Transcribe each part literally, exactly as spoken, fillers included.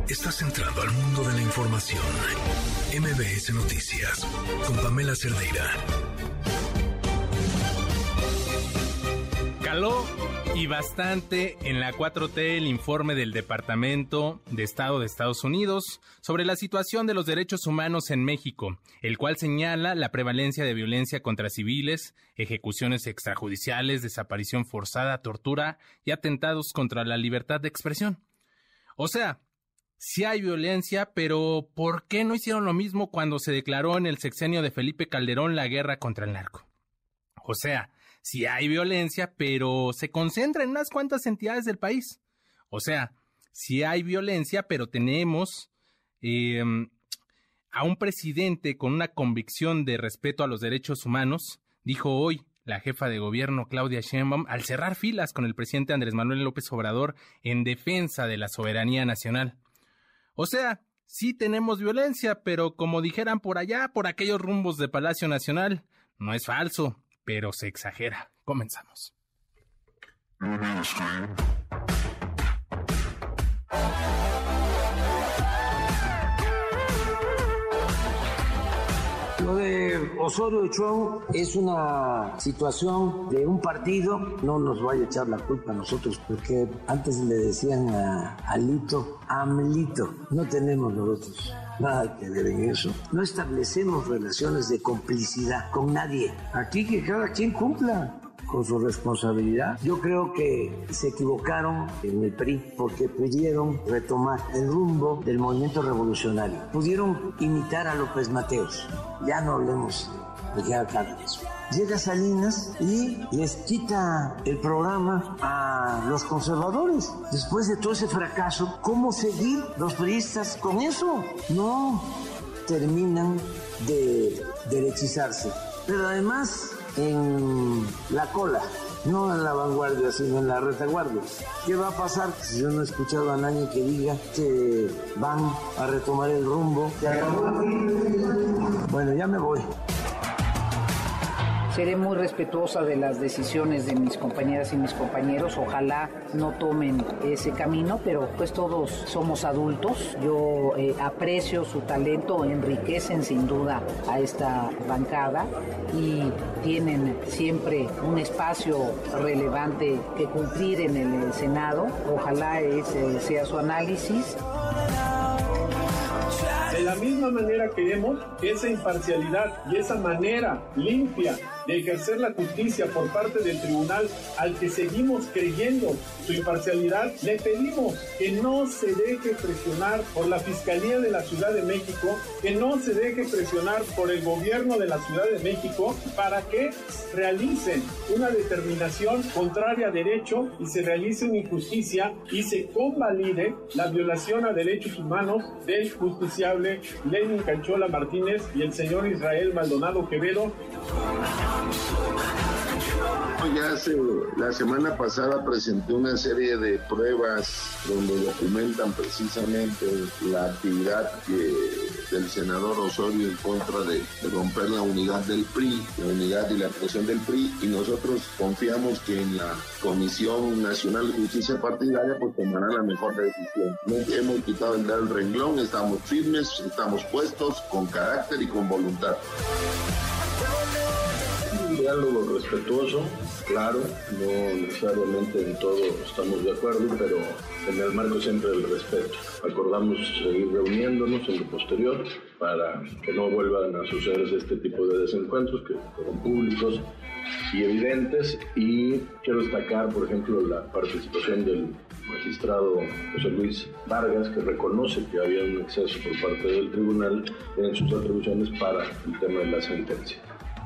Estás entrando al mundo de la información. M B S Noticias con Pamela Cerdeira. Caló y bastante en la cuatro T el informe del Departamento de Estado de Estados Unidos sobre la situación de los derechos humanos en México, el cual señala la prevalencia de violencia contra civiles, ejecuciones extrajudiciales, desaparición forzada, tortura y atentados contra la libertad de expresión. O sea, sí hay violencia, pero ¿por qué no hicieron lo mismo cuando se declaró en el sexenio de Felipe Calderón la guerra contra el narco? O sea, sí hay violencia, pero se concentra en unas cuantas entidades del país. O sea, sí hay violencia, pero tenemos eh, a un presidente con una convicción de respeto a los derechos humanos, dijo hoy la jefa de gobierno Claudia Sheinbaum al cerrar filas con el presidente Andrés Manuel López Obrador en defensa de la soberanía nacional. O sea, sí tenemos violencia, pero como dijeran por allá, por aquellos rumbos de Palacio Nacional, no es falso, pero se exagera. Comenzamos. Lo de Osorio Chong es una situación de un partido, no nos vaya a echar la culpa a nosotros, porque antes le decían a Alito, Amlito, no tenemos nosotros nada que ver en eso. No establecemos relaciones de complicidad con nadie. Aquí que cada quien cumpla con su responsabilidad. Yo creo que se equivocaron en el P R I porque pudieron retomar el rumbo del movimiento revolucionario. Pudieron imitar a López Mateos. Ya no hablemos de Gerardo Cárdenas. Llega Salinas y les quita el programa a los conservadores. Después de todo ese fracaso, ¿cómo seguir los priistas con eso? No, terminan de derechizarse. Pero además, en la cola, no en la vanguardia, sino en la retaguardia. ¿Qué va a pasar? Si yo no he escuchado a nadie que diga que van a retomar el rumbo. Bueno, ya me voy. Seré muy respetuosa de las decisiones de mis compañeras y mis compañeros. Ojalá no tomen ese camino, pero pues todos somos adultos. Yo eh, aprecio su talento, enriquecen sin duda a esta bancada y tienen siempre un espacio relevante que cumplir en el Senado. Ojalá ese sea su análisis. De la misma manera queremos que esa imparcialidad y esa manera limpia de ejercer la justicia por parte del tribunal al que seguimos creyendo su imparcialidad, le pedimos que no se deje presionar por la Fiscalía de la Ciudad de México, que no se deje presionar por el gobierno de la Ciudad de México para que realicen una determinación contraria a derecho y se realice una injusticia y se convalide la violación a derechos humanos del justiciable Lenin Canchola Martínez y el señor Israel Maldonado Quevedo. Ya hace, la semana pasada presenté una serie de pruebas donde documentan precisamente la actividad que, del senador Osorio en contra de, de romper la unidad del P R I, la unidad y la creación del P R I, y nosotros confiamos que en la Comisión Nacional de Justicia Partidaria pues tomará la mejor decisión. No hemos quitado el dedo del renglón, estamos firmes, estamos puestos con carácter y con voluntad. Un diálogo respetuoso, claro, no necesariamente en todo estamos de acuerdo, pero en el marco siempre del respeto. Acordamos seguir reuniéndonos en lo posterior para que no vuelvan a suceder este tipo de desencuentros que fueron públicos y evidentes, y quiero destacar, por ejemplo, la participación del magistrado José Luis Vargas, que reconoce que había un exceso por parte del tribunal en sus atribuciones para el tema de la sentencia.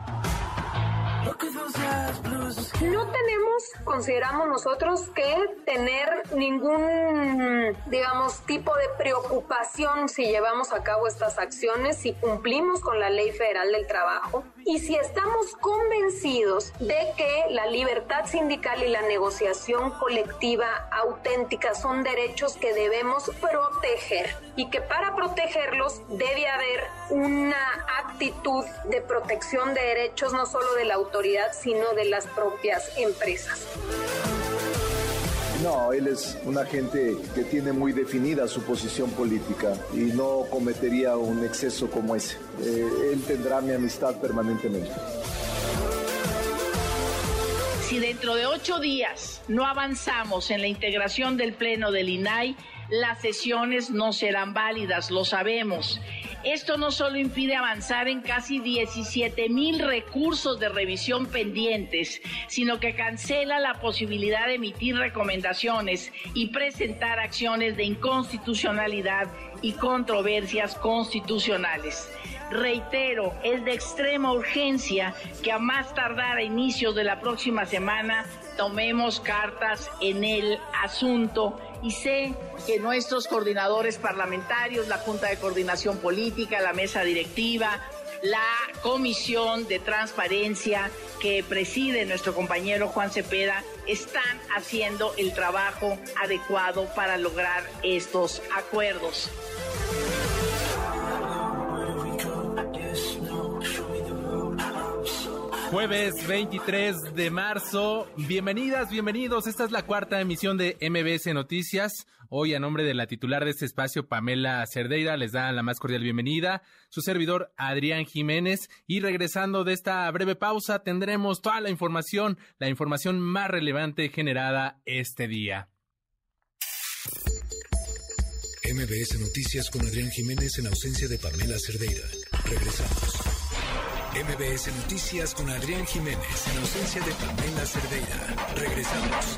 No tenemos, consideramos nosotros, que tener ningún, digamos, tipo de preocupación si llevamos a cabo estas acciones, si cumplimos con la Ley Federal del Trabajo y si estamos convencidos de que la libertad sindical y la negociación colectiva auténtica son derechos que debemos proteger y que para protegerlos debe haber una actitud de protección de derechos no solo de la autoridad, sino de las propias empresas. No, él es una gente que tiene muy definida su posición política y no cometería un exceso como ese. Eh, él tendrá mi amistad permanentemente. Si dentro de ocho días no avanzamos en la integración del Pleno del I N A I, las sesiones no serán válidas, lo sabemos. Esto no solo impide avanzar en casi diecisiete mil recursos de revisión pendientes, sino que cancela la posibilidad de emitir recomendaciones y presentar acciones de inconstitucionalidad y controversias constitucionales. Reitero, es de extrema urgencia que a más tardar a inicios de la próxima semana tomemos cartas en el asunto, y sé que nuestros coordinadores parlamentarios, la Junta de Coordinación Política, la mesa directiva, la Comisión de Transparencia que preside nuestro compañero Juan Cepeda, están haciendo el trabajo adecuado para lograr estos acuerdos. Jueves veintitrés de marzo, bienvenidas, bienvenidos, esta es la cuarta emisión de M B S Noticias. Hoy, a nombre de la titular de este espacio, Pamela Cerdeira, les da la más cordial bienvenida, su servidor Adrián Jiménez, y regresando de esta breve pausa tendremos toda la información, la información más relevante generada este día. M B S Noticias con Adrián Jiménez en ausencia de Pamela Cerdeira. Regresamos. M B S Noticias con Adrián Jiménez en ausencia de Pamela Cerdeira. Regresamos.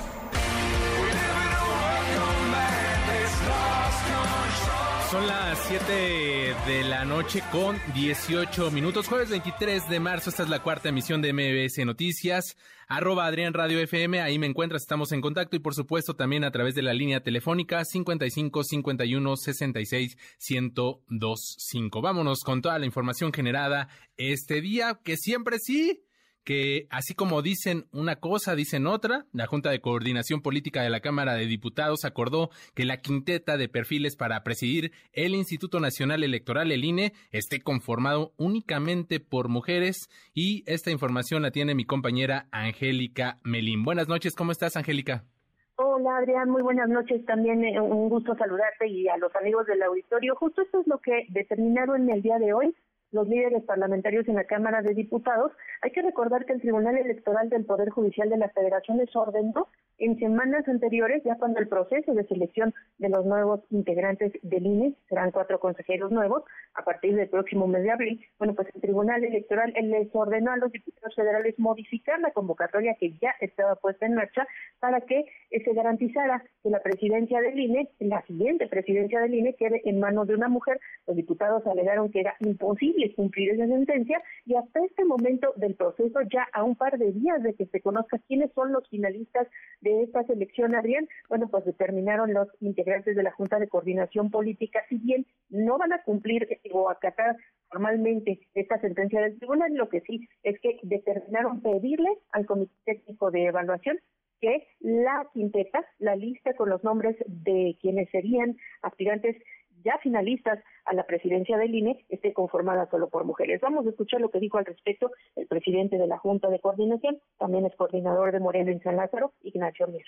Son las siete de la noche con dieciocho minutos, jueves veintitrés de marzo, esta es la cuarta emisión de M B S Noticias, arroba Adrián Radio F M, ahí me encuentras, estamos en contacto y por supuesto también a través de la línea telefónica cincuenta y cinco, cincuenta y uno, sesenta y seis, ciento veinticinco. Vámonos con toda la información generada este día, que siempre sí, que así como dicen una cosa, dicen otra. La Junta de Coordinación Política de la Cámara de Diputados acordó que la quinteta de perfiles para presidir el Instituto Nacional Electoral, el I N E, esté conformado únicamente por mujeres, y esta información la tiene mi compañera Angélica Melín. Buenas noches, ¿cómo estás, Angélica? Hola, Adrián, muy buenas noches. También eh, un gusto saludarte y a los amigos del auditorio. Justo esto es lo que determinaron en el día de hoy los líderes parlamentarios en la Cámara de Diputados. Hay que recordar que el Tribunal Electoral del Poder Judicial de la Federación les ordenó en semanas anteriores, ya cuando el proceso de selección de los nuevos integrantes del I N E, serán cuatro consejeros nuevos a partir del próximo mes de abril, bueno, pues el Tribunal Electoral les ordenó a los diputados federales modificar la convocatoria que ya estaba puesta en marcha para que eh, se garantizara que la presidencia del I N E, la siguiente presidencia del I N E, quede en manos de una mujer. Los diputados alegaron que era imposible cumplir esa sentencia, y hasta este momento del proceso, ya a un par de días de que se conozca quiénes son los finalistas de esta selección, Adrián, bueno, pues determinaron los integrantes de la Junta de Coordinación Política, si bien no van a cumplir o acatar formalmente esta sentencia del tribunal, lo que sí es que determinaron pedirle al Comité Técnico de Evaluación que la quinteta, la lista con los nombres de quienes serían aspirantes ya finalistas a la presidencia del I N E, esté conformada solo por mujeres. Vamos a escuchar lo que dijo al respecto el presidente de la Junta de Coordinación, también es coordinador de Morena en San Lázaro, Ignacio Mier.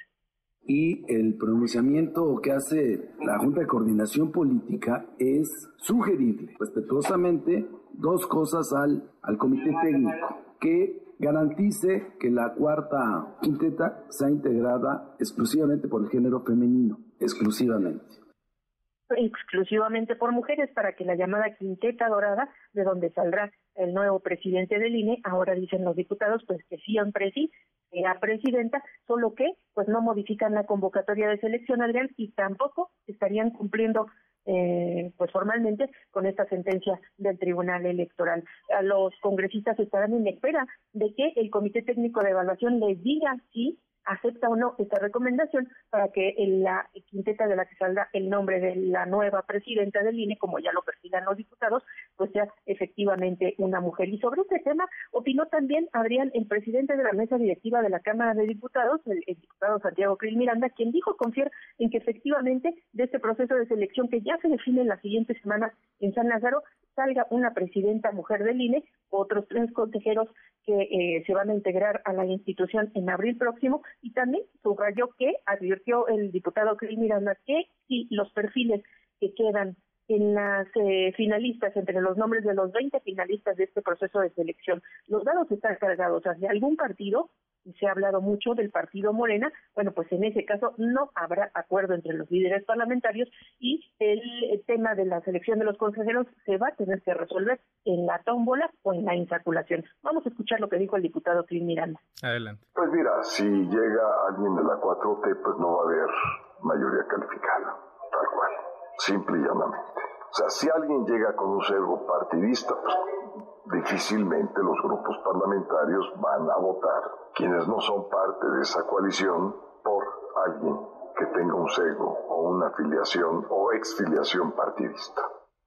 Y el pronunciamiento que hace la Junta de Coordinación Política es sugerirle respetuosamente dos cosas al, al Comité Técnico: que garantice que la cuarta quinteta sea integrada exclusivamente por el género femenino, exclusivamente. exclusivamente por mujeres, para que la llamada quinteta dorada, de donde saldrá el nuevo presidente del I N E, ahora dicen los diputados, pues que siempre sí sea presidenta, solo que pues no modifican la convocatoria de selección, Adrián, y tampoco estarían cumpliendo eh, pues formalmente con esta sentencia del Tribunal Electoral. A los congresistas estarán en espera de que el Comité Técnico de Evaluación les diga si acepta o no esta recomendación para que en la quinteta de la que salga el nombre de la nueva presidenta del I N E, como ya lo perfilan los diputados, pues sea efectivamente una mujer. Y sobre este tema opinó también, Adrián, el presidente de la mesa directiva de la Cámara de Diputados, el, el diputado Santiago Krill Miranda, quien dijo confiar en que efectivamente de este proceso de selección que ya se define en la siguiente semana en San Lázaro, salga una presidenta mujer del I N E, otros tres consejeros que eh, se van a integrar a la institución en abril próximo, y también subrayó que, advirtió el diputado Krill Miranda, que si los perfiles que quedan en las eh, finalistas, entre los nombres de los veinte finalistas de este proceso de selección, los dados están cargados hacia algún partido, y se ha hablado mucho del partido Morena, bueno, pues en ese caso no habrá acuerdo entre los líderes parlamentarios y el, el tema de la selección de los consejeros se va a tener que resolver en la tómbola o en la insaculación. Vamos a escuchar lo que dijo el diputado Krill Miranda. Adelante. Pues mira, si llega alguien de la cuatro T, pues no va a haber mayoría calificada, tal cual, simple y llanamente. O sea, si alguien llega con un sesgo partidista, pues difícilmente los grupos parlamentarios van a votar, quienes no son parte de esa coalición, por alguien que tenga un sesgo o una afiliación o exfiliación partidista.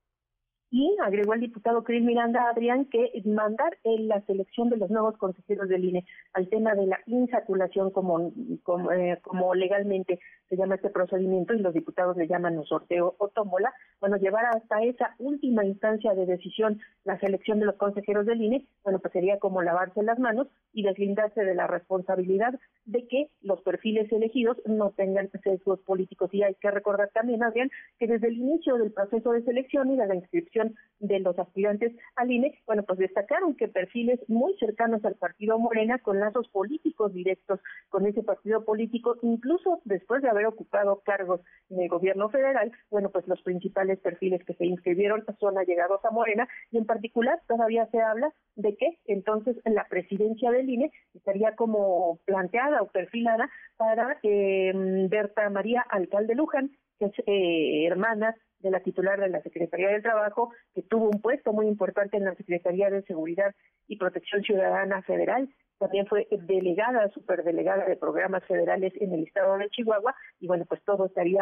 Y agregó el diputado Krill Miranda, Adrián, que mandar en la selección de los nuevos consejeros del I N E al tema de la insaculación como, como, eh, como legalmente se llama este procedimiento y los diputados le llaman o sorteo o tómbola, bueno, llevar hasta esa última instancia de decisión la selección de los consejeros del I N E, bueno, pues sería como lavarse las manos y deslindarse de la responsabilidad de que los perfiles elegidos no tengan sesgos políticos. Y hay que recordar también, Adrián, que desde el inicio del proceso de selección y de la inscripción de los aspirantes al I N E, bueno, pues destacaron que perfiles muy cercanos al partido Morena, con lazos políticos directos con ese partido político, incluso después de haber ocupado cargos en el gobierno federal, bueno, pues los principales perfiles que se inscribieron son allegados a Morena, y en particular todavía se habla de que entonces la presidencia del I N E estaría como planteada o perfilada para eh, Berta María Alcalde Luján, que es eh, hermana de la titular de la Secretaría del Trabajo, que tuvo un puesto muy importante en la Secretaría de Seguridad y Protección Ciudadana Federal. También fue delegada, superdelegada de programas federales en el estado de Chihuahua, y bueno, pues todo estaría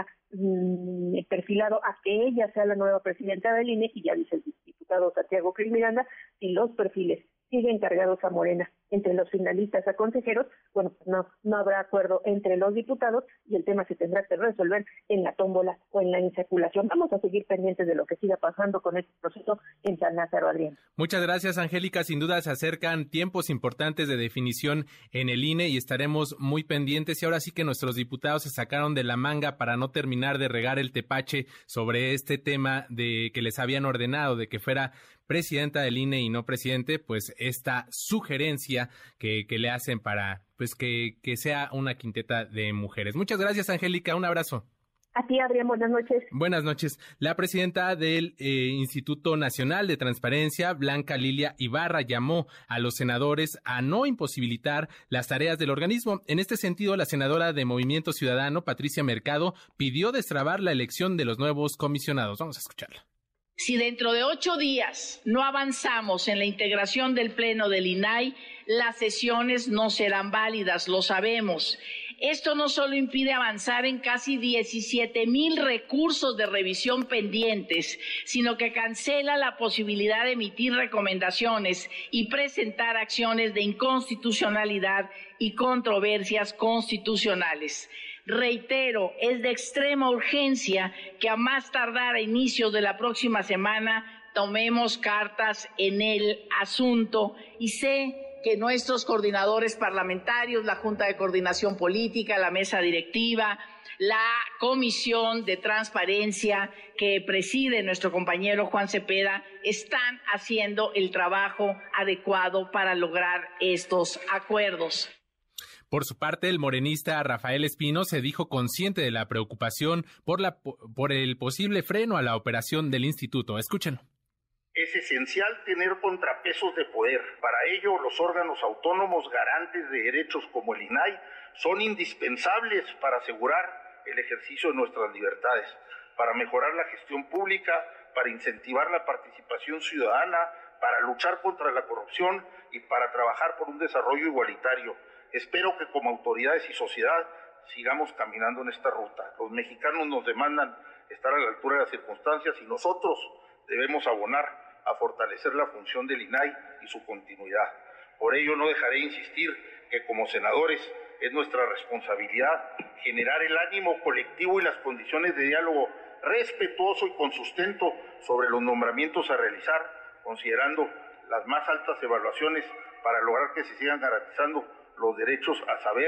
mmm, perfilado a que ella sea la nueva presidenta del I N E, y ya dice el diputado Santiago Krill Miranda, si los perfiles siguen cargados a Morena entre los finalistas a consejeros, bueno, pues no, no habrá acuerdo entre los diputados y el tema se tendrá que resolver en la tómbola o en la insaculación. Vamos a seguir pendientes de lo que siga pasando con este proceso en San Lázaro, Adrián. Muchas gracias, Angélica. Sin duda se acercan tiempos importantes de definición en el I N E y estaremos muy pendientes. Y ahora sí que nuestros diputados se sacaron de la manga para no terminar de regar el tepache sobre este tema de que les habían ordenado de que fuera presidenta del I N E y no presidente, pues esta sugerencia que, que le hacen para pues que, que sea una quinteta de mujeres. Muchas gracias, Angélica, un abrazo. A ti, Adrián, buenas noches. Buenas noches. La presidenta del eh, Instituto Nacional de Transparencia, Blanca Lilia Ibarra, llamó a los senadores a no imposibilitar las tareas del organismo. En este sentido, la senadora de Movimiento Ciudadano, Patricia Mercado, pidió destrabar la elección de los nuevos comisionados. Vamos a escucharla. Si dentro de ocho días no avanzamos en la integración del Pleno del I N A I, las sesiones no serán válidas, lo sabemos. Esto no solo impide avanzar en casi diecisiete mil recursos de revisión pendientes, sino que cancela la posibilidad de emitir recomendaciones y presentar acciones de inconstitucionalidad y controversias constitucionales. Reitero, es de extrema urgencia que a más tardar a inicios de la próxima semana tomemos cartas en el asunto, y sé que nuestros coordinadores parlamentarios, la Junta de Coordinación Política, la mesa directiva, la Comisión de Transparencia que preside nuestro compañero Juan Cepeda, están haciendo el trabajo adecuado para lograr estos acuerdos. Por su parte, el morenista Rafael Espino se dijo consciente de la preocupación por, la, por el posible freno a la operación del instituto. Escuchen. Es esencial tener contrapesos de poder. Para ello, los órganos autónomos garantes de derechos como el I N A I son indispensables para asegurar el ejercicio de nuestras libertades, para mejorar la gestión pública, para incentivar la participación ciudadana, para luchar contra la corrupción y para trabajar por un desarrollo igualitario. Espero que como autoridades y sociedad sigamos caminando en esta ruta. Los mexicanos nos demandan estar a la altura de las circunstancias y nosotros debemos abonar a fortalecer la función del I N A I y su continuidad. Por ello no dejaré de insistir que como senadores es nuestra responsabilidad generar el ánimo colectivo y las condiciones de diálogo respetuoso y con sustento sobre los nombramientos a realizar, considerando las más altas evaluaciones para lograr que se sigan garantizando los derechos a saber,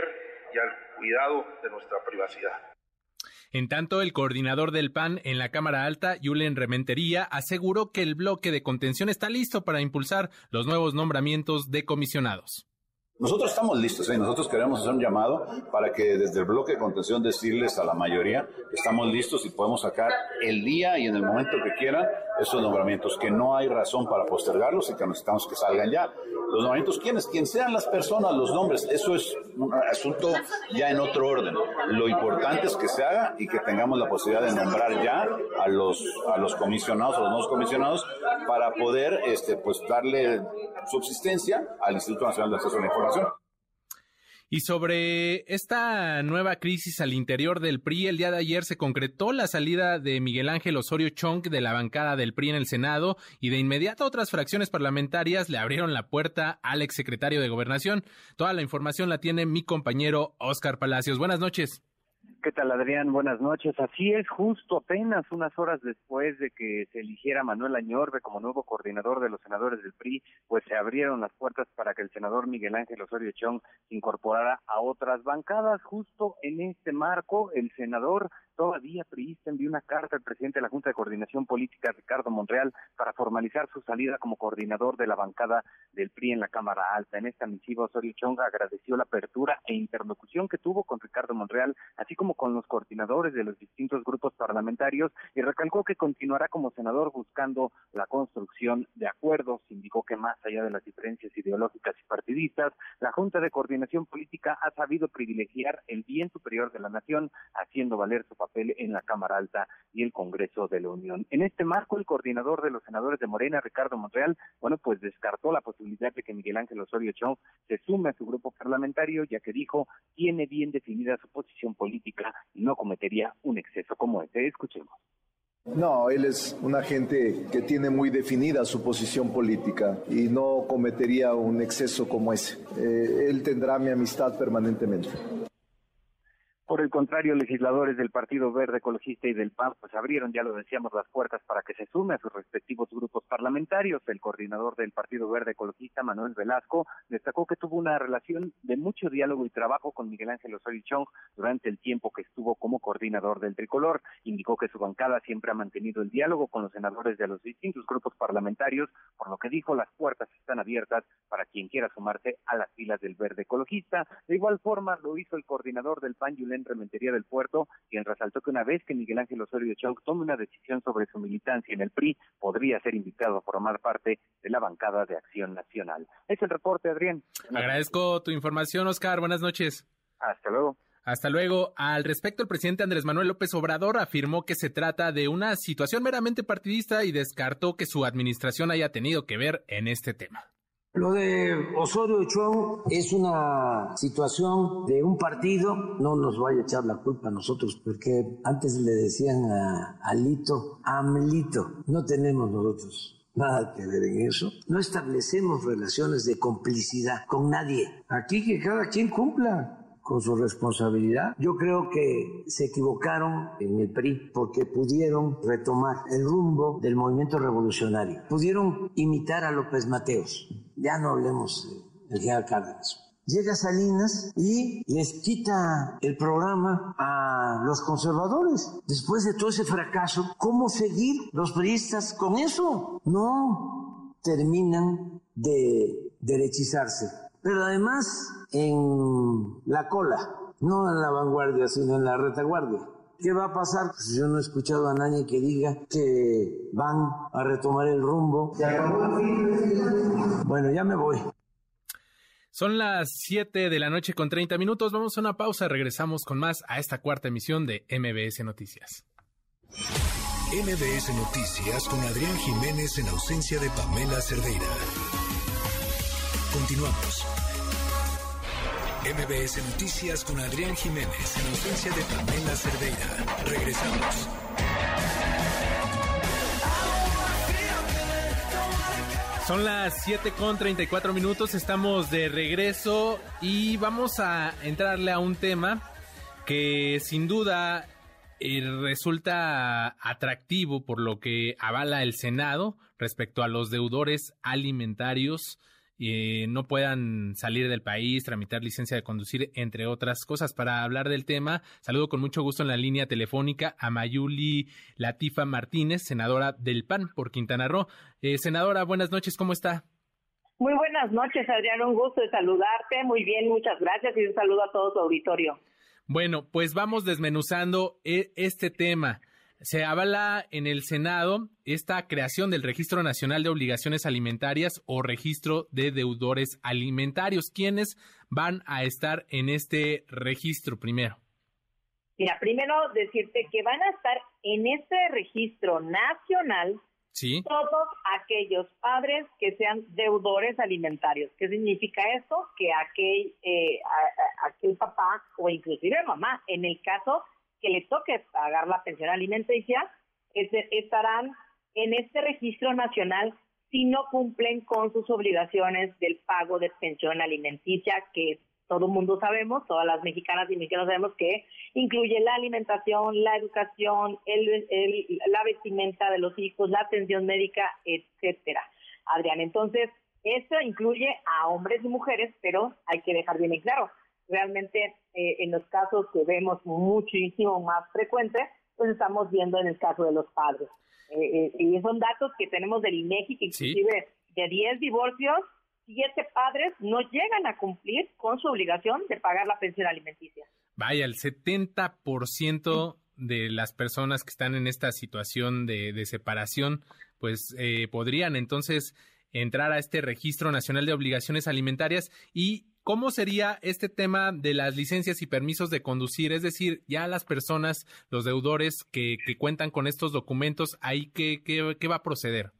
y al cuidado de nuestra privacidad. En tanto, el coordinador del P A N en la Cámara Alta, Yulen Rementería, aseguró que el bloque de contención está listo para impulsar los nuevos nombramientos de comisionados. Nosotros estamos listos, ¿eh? Nosotros queremos hacer un llamado para que desde el bloque de contención decirles a la mayoría que estamos listos y podemos sacar el día y en el momento que quieran esos nombramientos, que no hay razón para postergarlos y que necesitamos que salgan ya. Los nombramientos, ¿quiénes? Quien sean las personas, los nombres, eso es un asunto ya en otro orden. Lo importante es que se haga y que tengamos la posibilidad de nombrar ya a los, a los comisionados, a los nuevos comisionados, para poder este, pues, darle subsistencia al Instituto Nacional de Acceso a la Información. Y sobre esta nueva crisis al interior del P R I, el día de ayer se concretó la salida de Miguel Ángel Osorio Chong de la bancada del P R I en el Senado y de inmediato otras fracciones parlamentarias le abrieron la puerta al exsecretario de Gobernación. Toda la información la tiene mi compañero Oscar Palacios. Buenas noches. ¿Qué tal, Adrián? Buenas noches. Así es, justo apenas unas horas después de que se eligiera Manuel Añorbe como nuevo coordinador de los senadores del P R I, pues se abrieron las puertas para que el senador Miguel Ángel Osorio Chong se incorporara a otras bancadas. Justo en este marco, el senador todavía priista envió una carta al presidente de la Junta de Coordinación Política, Ricardo Monreal, para formalizar su salida como coordinador de la bancada del P R I en la Cámara Alta. En esta misiva, Osorio Chong agradeció la apertura e interlocución que tuvo con Ricardo Monreal, así como con los coordinadores de los distintos grupos parlamentarios, y recalcó que continuará como senador buscando la construcción de acuerdos. Indicó que más allá de las diferencias ideológicas y partidistas, la Junta de Coordinación Política ha sabido privilegiar el bien superior de la nación, haciendo valer su papel en la Cámara Alta y el Congreso de la Unión. En este marco, el coordinador de los senadores de Morena, Ricardo Monreal, bueno, pues descartó la posibilidad de que Miguel Ángel Osorio Chong se sume a su grupo parlamentario, ya que dijo tiene bien definida su posición política y no cometería un exceso como este. Escuchemos. No, él es una gente que tiene muy definida su posición política y no cometería un exceso como ese. Eh, él tendrá mi amistad permanentemente. Por el contrario, legisladores del Partido Verde Ecologista y del P A N pues abrieron, ya lo decíamos, las puertas para que se sume a sus respectivos grupos parlamentarios. El coordinador del Partido Verde Ecologista, Manuel Velasco, destacó que tuvo una relación de mucho diálogo y trabajo con Miguel Ángel Osorio Chong durante el tiempo que estuvo como coordinador del Tricolor. Indicó que su bancada siempre ha mantenido el diálogo con los senadores de los distintos grupos parlamentarios, por lo que dijo las puertas están abiertas para quien quiera sumarse a las filas del Verde Ecologista. De igual forma lo hizo el coordinador del P A N, Yulen Rementería del Puerto, quien resaltó que una vez que Miguel Ángel Osorio Chong tome una decisión sobre su militancia en el P R I, podría ser invitado a formar parte de la bancada de Acción Nacional. Es el reporte, Adrián. Agradezco tu información, Oscar. Buenas noches. Hasta luego. Hasta luego. Al respecto, el presidente Andrés Manuel López Obrador afirmó que se trata de una situación meramente partidista y descartó que su administración haya tenido que ver en este tema. Lo de Osorio Chong es una situación de un partido, no nos vaya a echar la culpa a nosotros, porque antes le decían a Alito, Amlito, no tenemos nosotros nada que ver en eso, no establecemos relaciones de complicidad con nadie, aquí que cada quien cumpla con su responsabilidad. Yo creo que se equivocaron en el P R I porque pudieron retomar el rumbo del movimiento revolucionario. Pudieron imitar a López Mateos. Ya no hablemos del general Cárdenas. Llega Salinas y les quita el programa a los conservadores. Después de todo ese fracaso, ¿cómo seguir los priistas con eso? No, terminan de derechizarse. Pero además en la cola, no en la vanguardia, sino en la retaguardia. ¿Qué va a pasar? Pues yo no he escuchado a nadie que diga que van a retomar el rumbo. Bueno, ya me voy. Son las siete de la noche con treinta minutos. Vamos a una pausa. Regresamos con más a esta cuarta emisión de M B S Noticias. M B S Noticias con Adrián Jiménez en ausencia de Pamela Cerdeira. Continuamos. M B S Noticias con Adrián Jiménez en ausencia de Pamela Cerdeira. Regresamos. Son las siete con treinta y cuatro minutos, estamos de regreso y vamos a entrarle a un tema que sin duda eh, resulta atractivo por lo que avala el Senado respecto a los deudores alimentarios eh, no puedan salir del país, tramitar licencia de conducir, entre otras cosas. Para hablar del tema, saludo con mucho gusto en la línea telefónica a Mayuli Latifa Martínez, senadora del P A N por Quintana Roo. Eh, senadora, buenas noches, ¿cómo está? Muy buenas noches, Adrián, un gusto de saludarte. Muy bien, muchas gracias y un saludo a todo tu auditorio. Bueno, pues vamos desmenuzando este tema. Se avala en el Senado esta creación del Registro Nacional de Obligaciones Alimentarias o Registro de Deudores Alimentarios. ¿Quiénes van a estar en este registro primero? Mira, primero decirte que van a estar en este registro nacional ¿Sí? todos aquellos padres que sean deudores alimentarios. ¿Qué significa esto? Que aquel, eh, a, a, aquel papá o inclusive mamá, en el caso que le toque pagar la pensión alimenticia, es, estarán en este registro nacional si no cumplen con sus obligaciones del pago de pensión alimenticia, que todo el mundo sabemos, todas las mexicanas y mexicanos sabemos que incluye la alimentación, la educación, el, el, la vestimenta de los hijos, la atención médica, etcétera. Adrián, entonces, esto incluye a hombres y mujeres, pero hay que dejar bien en claro, realmente eh, en los casos que vemos muchísimo más frecuentes, pues estamos viendo en el caso de los padres. Eh, eh, y son datos que tenemos del INEGI, que inclusive ¿Sí? de diez divorcios, siete padres no llegan a cumplir con su obligación de pagar la pensión alimenticia. Vaya, el setenta por ciento de las personas que están en esta situación de, de separación, pues eh, podrían entonces entrar a este Registro Nacional de Obligaciones Alimentarias. ¿Y cómo sería este tema de las licencias y permisos de conducir? Es decir, ya las personas, los deudores que, que cuentan con estos documentos, ¿ahí qué, qué, qué va a proceder?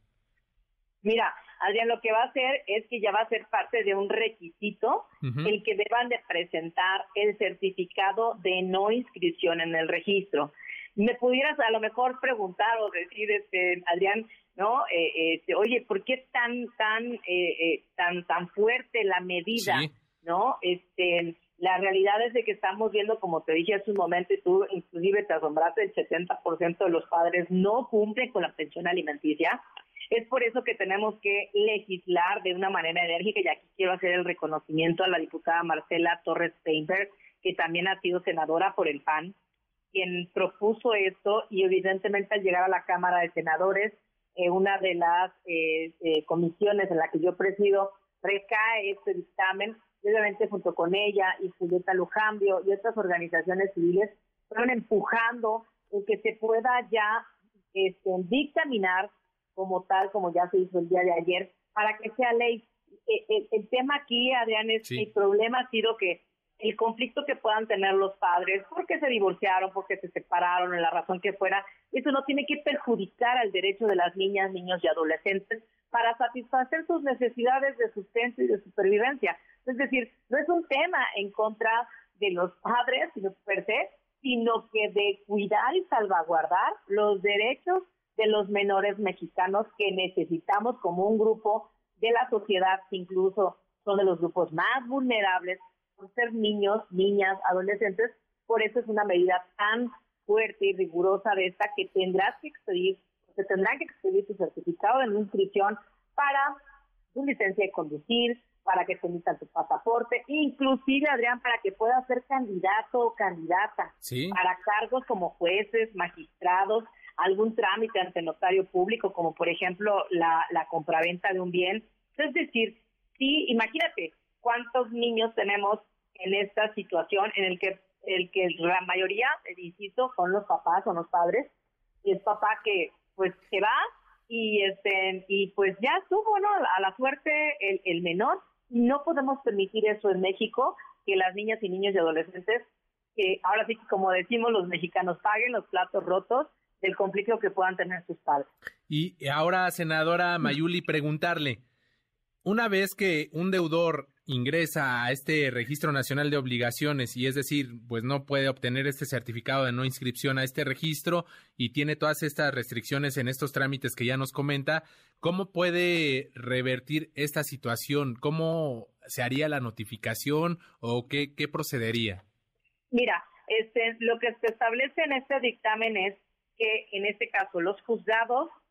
Mira, Adrián, lo que va a hacer es que ya va a ser parte de un requisito uh-huh. el que deban de presentar el certificado de no inscripción en el registro. Me pudieras a lo mejor preguntar o decir, este, Adrián, ¿no? Eh, este, oye, ¿por qué tan tan eh, eh, tan tan fuerte la medida? Sí. ¿No? Este, la realidad es de que estamos viendo, como te dije hace un momento, y tú inclusive te asombraste, el setenta por ciento de los padres no cumplen con la pensión alimenticia. Es por eso que tenemos que legislar de una manera enérgica, y aquí quiero hacer el reconocimiento a la diputada Marcela Torres Steinberg, que también ha sido senadora por el P A N, quien propuso esto, y evidentemente al llegar a la Cámara de Senadores, eh, una de las eh, eh, comisiones en la que yo presido, recae este dictamen, y obviamente junto con ella y Julieta Lujambio y otras organizaciones civiles fueron empujando en que se pueda ya este, dictaminar como tal, como ya se hizo el día de ayer, para que sea ley. El, el, el tema aquí, Adrián, es sí. el problema ha sido que el conflicto que puedan tener los padres, porque se divorciaron, porque se separaron, en la razón que fuera, eso no tiene que perjudicar al derecho de las niñas, niños y adolescentes para satisfacer sus necesidades de sustento y de supervivencia. Es decir, no es un tema en contra de los padres, sino per se, sino que de cuidar y salvaguardar los derechos de los menores mexicanos que necesitamos como un grupo de la sociedad que incluso son de los grupos más vulnerables por ser niños, niñas, adolescentes. Por eso es una medida tan fuerte y rigurosa de esta que tendrás que expedir, que tendrán que expedir tu certificado de no inscripción para tu licencia de conducir, para que te emitan tu pasaporte, inclusive, Adrián, para que puedas ser candidato o candidata ¿Sí? para cargos como jueces, magistrados, algún trámite ante notario público, como por ejemplo la, la compraventa de un bien. Es decir, sí, imagínate cuántos niños tenemos en esta situación en el que el que la mayoría, insisto, son los papás, son los padres, y es papá que pues se va y este y pues ya estuvo, ¿no? A la suerte el, el menor, y no podemos permitir eso en México, que las niñas y niños y adolescentes, que ahora sí que como decimos los mexicanos, paguen los platos rotos del conflicto que puedan tener sus padres. Y ahora, senadora Mayuli, preguntarle, una vez que un deudor ingresa a este Registro Nacional de Obligaciones, y es decir, pues no puede obtener este certificado de no inscripción a este registro y tiene todas estas restricciones en estos trámites que ya nos comenta, ¿cómo puede revertir esta situación? ¿Cómo se haría la notificación o qué, qué procedería? Mira, este, lo que se establece en este dictamen es que en este caso los juzgados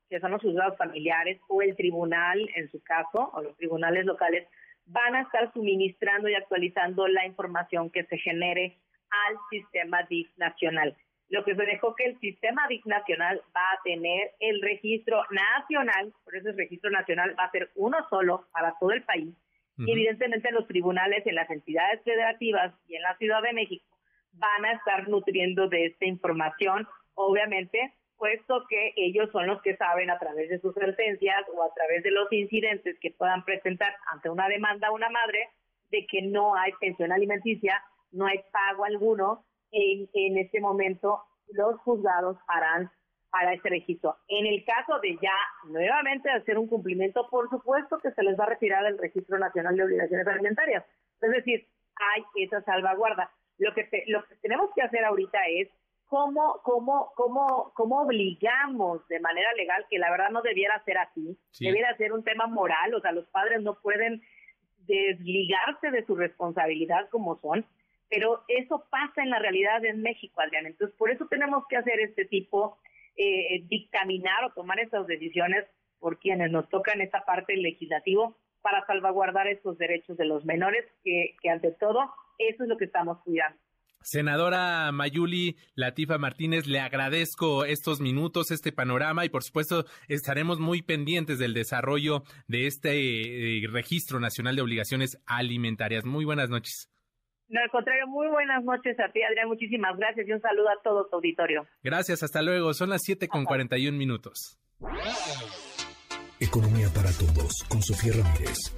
que son los juzgados familiares, o el tribunal, en su caso, o los tribunales locales, van a estar suministrando y actualizando la información que se genere al sistema D I F nacional. Lo que se dejó que el sistema D I F nacional va a tener el registro nacional, por eso el registro nacional va a ser uno solo para todo el país. Uh-huh. Y evidentemente los tribunales en las entidades federativas y en la Ciudad de México van a estar nutriendo de esta información, obviamente, puesto que ellos son los que saben a través de sus sentencias o a través de los incidentes que puedan presentar ante una demanda a una madre de que no hay pensión alimenticia, no hay pago alguno. En, en este momento los juzgados harán para este registro. En el caso de ya nuevamente hacer un cumplimiento, por supuesto que se les va a retirar el Registro Nacional de Obligaciones Alimentarias. Es decir, hay esa salvaguarda. Lo que te, lo que tenemos que hacer ahorita es cómo cómo cómo cómo obligamos de manera legal, que la verdad no debiera ser así, sí. Debiera ser un tema moral, o sea, los padres no pueden desligarse de su responsabilidad como son, pero eso pasa en la realidad en México, Adrián. Entonces, por eso tenemos que hacer este tipo, eh, dictaminar o tomar estas decisiones por quienes nos tocan esta parte del legislativo para salvaguardar estos derechos de los menores, que, que ante todo, eso es lo que estamos cuidando. Senadora Mayuli Latifa Martínez, le agradezco estos minutos, este panorama, y por supuesto estaremos muy pendientes del desarrollo de este eh, Registro Nacional de Obligaciones Alimentarias. Muy buenas noches. No, al contrario, muy buenas noches a ti, Adrián, muchísimas gracias y un saludo a todo tu auditorio. Gracias, hasta luego, son las siete con cuarenta y un minutos. Economía para todos, con Sofía Ramírez.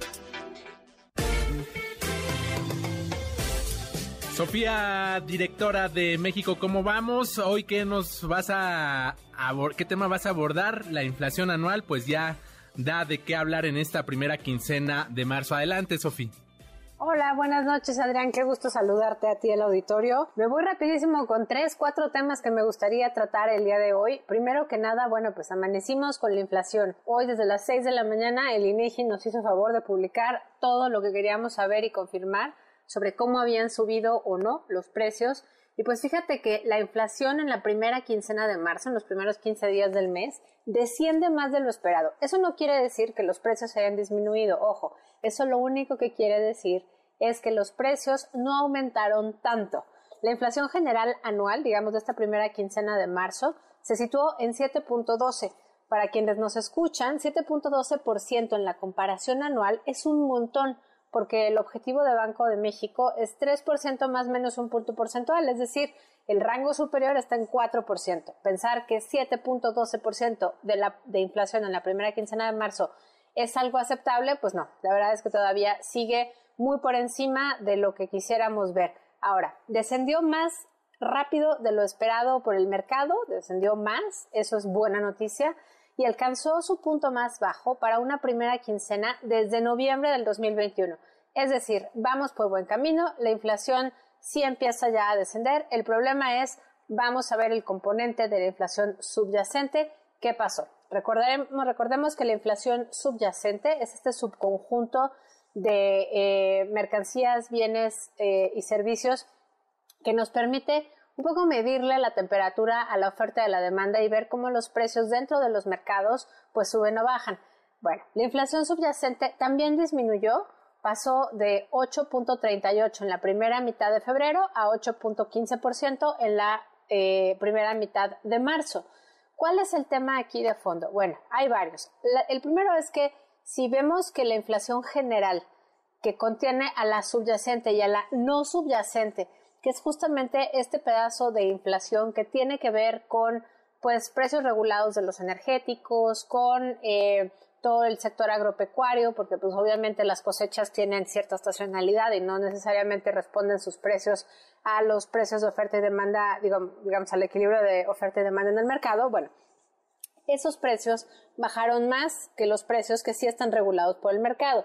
Sofía, directora de México, ¿cómo vamos? Hoy, ¿qué nos vas a abor- qué tema vas a abordar? La inflación anual, pues ya da de qué hablar en esta primera quincena de marzo. Adelante, Sofía. Hola, buenas noches, Adrián, qué gusto saludarte a ti, el auditorio. Me voy rapidísimo con tres, cuatro temas que me gustaría tratar el día de hoy. Primero que nada, bueno, pues amanecimos con la inflación. Hoy desde las seis de la mañana el INEGI nos hizo favor de publicar todo lo que queríamos saber y confirmar sobre cómo habían subido o no los precios. Y pues fíjate que la inflación en la primera quincena de marzo, en los primeros quince días del mes, desciende más de lo esperado. Eso no quiere decir que los precios hayan disminuido, ojo, eso lo único que quiere decir es que los precios no aumentaron tanto. La inflación general anual, digamos de esta primera quincena de marzo, se situó en siete punto doce. Para quienes nos escuchan, siete punto doce por ciento en la comparación anual es un montón, porque el objetivo de Banco de México es tres por ciento más menos un punto porcentual, es decir, el rango superior está en cuatro por ciento. Pensar que siete punto doce por ciento de, la, de inflación en la primera quincena de marzo es algo aceptable, pues no, la verdad es que todavía sigue muy por encima de lo que quisiéramos ver. Ahora, descendió más rápido de lo esperado por el mercado, descendió más, eso es buena noticia, y alcanzó su punto más bajo para una primera quincena desde noviembre del dos mil veintiuno. Es decir, vamos por buen camino, la inflación sí empieza ya a descender, el problema es, vamos a ver el componente de la inflación subyacente, ¿qué pasó? Recordemos, recordemos que la inflación subyacente es este subconjunto de eh, mercancías, bienes eh, y servicios que nos permite un poco medirle la temperatura a la oferta y a la demanda y ver cómo los precios dentro de los mercados pues suben o bajan. Bueno, la inflación subyacente también disminuyó, pasó de ocho punto treinta y ocho en la primera mitad de febrero a ocho punto quince por ciento en la eh, primera mitad de marzo. ¿Cuál es el tema aquí de fondo? Bueno, hay varios. La, el primero es que si vemos que la inflación general que contiene a la subyacente y a la no subyacente, que es justamente este pedazo de inflación que tiene que ver con pues precios regulados de los energéticos, con eh, todo el sector agropecuario, porque pues obviamente las cosechas tienen cierta estacionalidad y no necesariamente responden sus precios a los precios de oferta y demanda, digamos, digamos al equilibrio de oferta y demanda en el mercado. Bueno, esos precios bajaron más que los precios que sí están regulados por el mercado.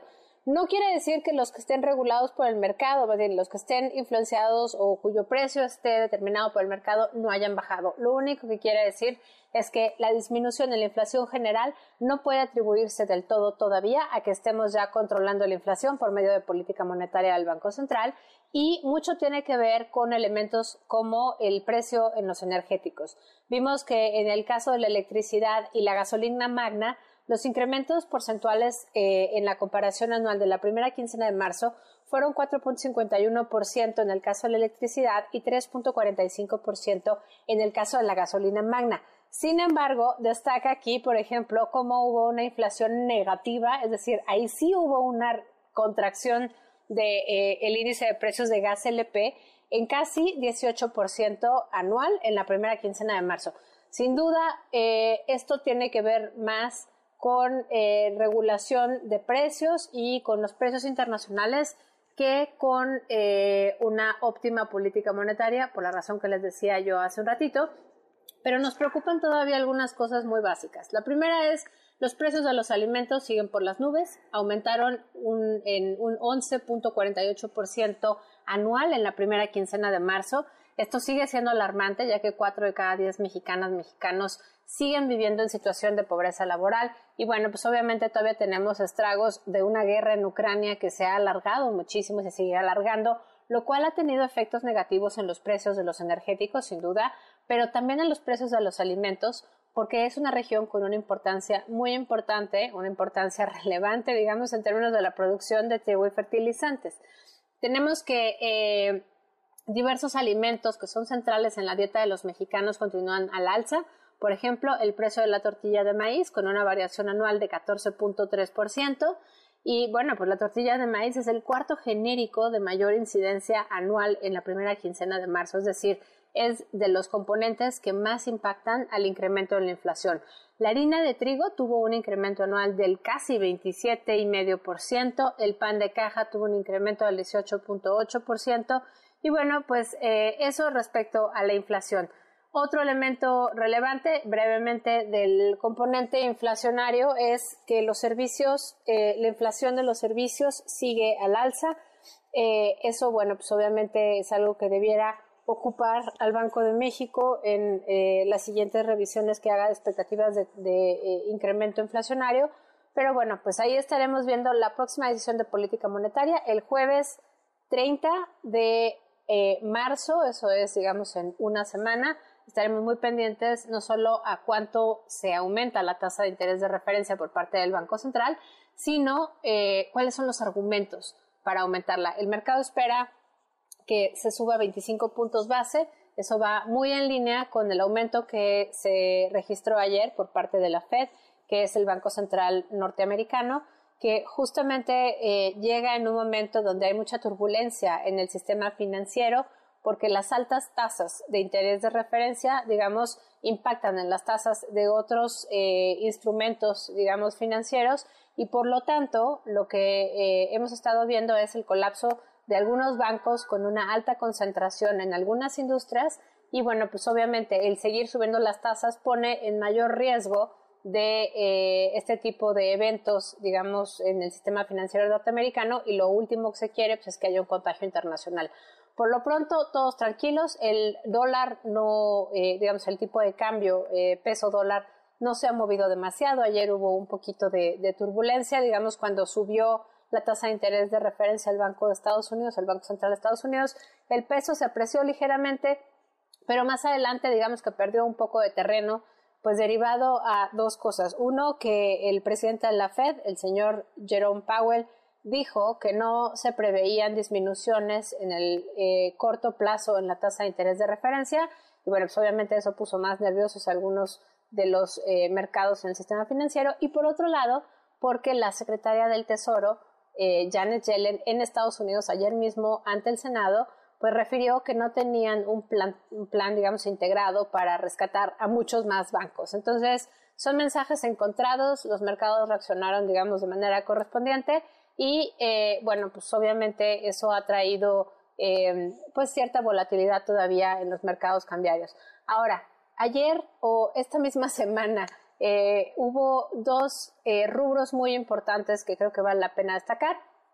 No quiere decir que los que estén regulados por el mercado, más bien los que estén influenciados o cuyo precio esté determinado por el mercado no hayan bajado. Lo único que quiere decir es que la disminución en la inflación general no puede atribuirse del todo todavía a que estemos ya controlando la inflación por medio de política monetaria del Banco Central, y mucho tiene que ver con elementos como el precio en los energéticos. Vimos que en el caso de la electricidad y la gasolina magna, los incrementos porcentuales eh, en la comparación anual de la primera quincena de marzo fueron cuatro punto cincuenta y uno por ciento en el caso de la electricidad y tres punto cuarenta y cinco por ciento en el caso de la gasolina magna. Sin embargo, destaca aquí, por ejemplo, cómo hubo una inflación negativa, es decir, ahí sí hubo una contracción del de, eh, índice de precios de gas L P en casi dieciocho por ciento anual en la primera quincena de marzo. Sin duda, eh, esto tiene que ver más con eh, regulación de precios y con los precios internacionales que con eh, una óptima política monetaria, por la razón que les decía yo hace un ratito. Pero nos preocupan todavía algunas cosas muy básicas. La primera es los precios de los alimentos siguen por las nubes, aumentaron un, en un once punto cuarenta y ocho por ciento anual en la primera quincena de marzo. Esto sigue siendo alarmante, ya que cuatro de cada diez mexicanas, mexicanos siguen viviendo en situación de pobreza laboral. Y bueno, pues obviamente todavía tenemos estragos de una guerra en Ucrania que se ha alargado muchísimo y se sigue alargando, lo cual ha tenido efectos negativos en los precios de los energéticos, sin duda, pero también en los precios de los alimentos, porque es una región con una importancia muy importante, una importancia relevante, digamos, en términos de la producción de trigo y fertilizantes. Tenemos que eh, diversos alimentos que son centrales en la dieta de los mexicanos continúan al alza. Por ejemplo, el precio de la tortilla de maíz con una variación anual de catorce punto tres por ciento. Y bueno, pues la tortilla de maíz es el cuarto genérico de mayor incidencia anual en la primera quincena de marzo, es decir, es de los componentes que más impactan al incremento de la inflación. La harina de trigo tuvo un incremento anual del casi veintisiete coma cinco por ciento, el pan de caja tuvo un incremento del dieciocho punto ocho por ciento y bueno, pues eh, eso respecto a la inflación. Otro elemento relevante, brevemente, del componente inflacionario es que los servicios, eh, la inflación de los servicios sigue al alza. Eh, eso, bueno, pues obviamente es algo que debiera ocupar al Banco de México en eh, las siguientes revisiones que haga de expectativas de, de eh, incremento inflacionario. Pero bueno, pues ahí estaremos viendo la próxima decisión de política monetaria el jueves treinta de eh, marzo, eso es, digamos, en una semana. Estaremos muy pendientes no solo a cuánto se aumenta la tasa de interés de referencia por parte del Banco Central, sino eh, cuáles son los argumentos para aumentarla. El mercado espera que se suba veinticinco puntos base. Eso va muy en línea con el aumento que se registró ayer por parte de la Fed, que es el Banco Central norteamericano, que justamente eh, llega en un momento donde hay mucha turbulencia en el sistema financiero, porque las altas tasas de interés de referencia, digamos, impactan en las tasas de otros eh, instrumentos, digamos, financieros, y por lo tanto, lo que eh, hemos estado viendo es el colapso de algunos bancos con una alta concentración en algunas industrias, y bueno, pues obviamente el seguir subiendo las tasas pone en mayor riesgo de eh, este tipo de eventos, digamos, en el sistema financiero norteamericano, y lo último que se quiere pues, es que haya un contagio internacional. Por lo pronto, todos tranquilos, el dólar no, eh, digamos, el tipo de cambio eh, peso-dólar no se ha movido demasiado. Ayer hubo un poquito de, de turbulencia, digamos, cuando subió la tasa de interés de referencia del Banco de Estados Unidos, el Banco Central de Estados Unidos, el peso se apreció ligeramente, pero más adelante, digamos que perdió un poco de terreno, pues derivado a dos cosas. Uno, que el presidente de la Fed, el señor Jerome Powell, dijo que no se preveían disminuciones en el eh, corto plazo en la tasa de interés de referencia, y bueno, pues obviamente eso puso más nerviosos a algunos de los eh, mercados en el sistema financiero, y por otro lado, porque la secretaria del Tesoro, eh, Janet Yellen, en Estados Unidos ayer mismo ante el Senado, pues refirió que no tenían un plan, un plan, digamos, integrado para rescatar a muchos más bancos. Entonces, son mensajes encontrados, los mercados reaccionaron, digamos, de manera correspondiente, y eh, bueno, pues obviamente eso ha traído eh, pues cierta volatilidad todavía en los mercados cambiarios. Ahora, ayer o esta misma semana eh, hubo dos eh, rubros muy importantes que creo que vale la pena destacar.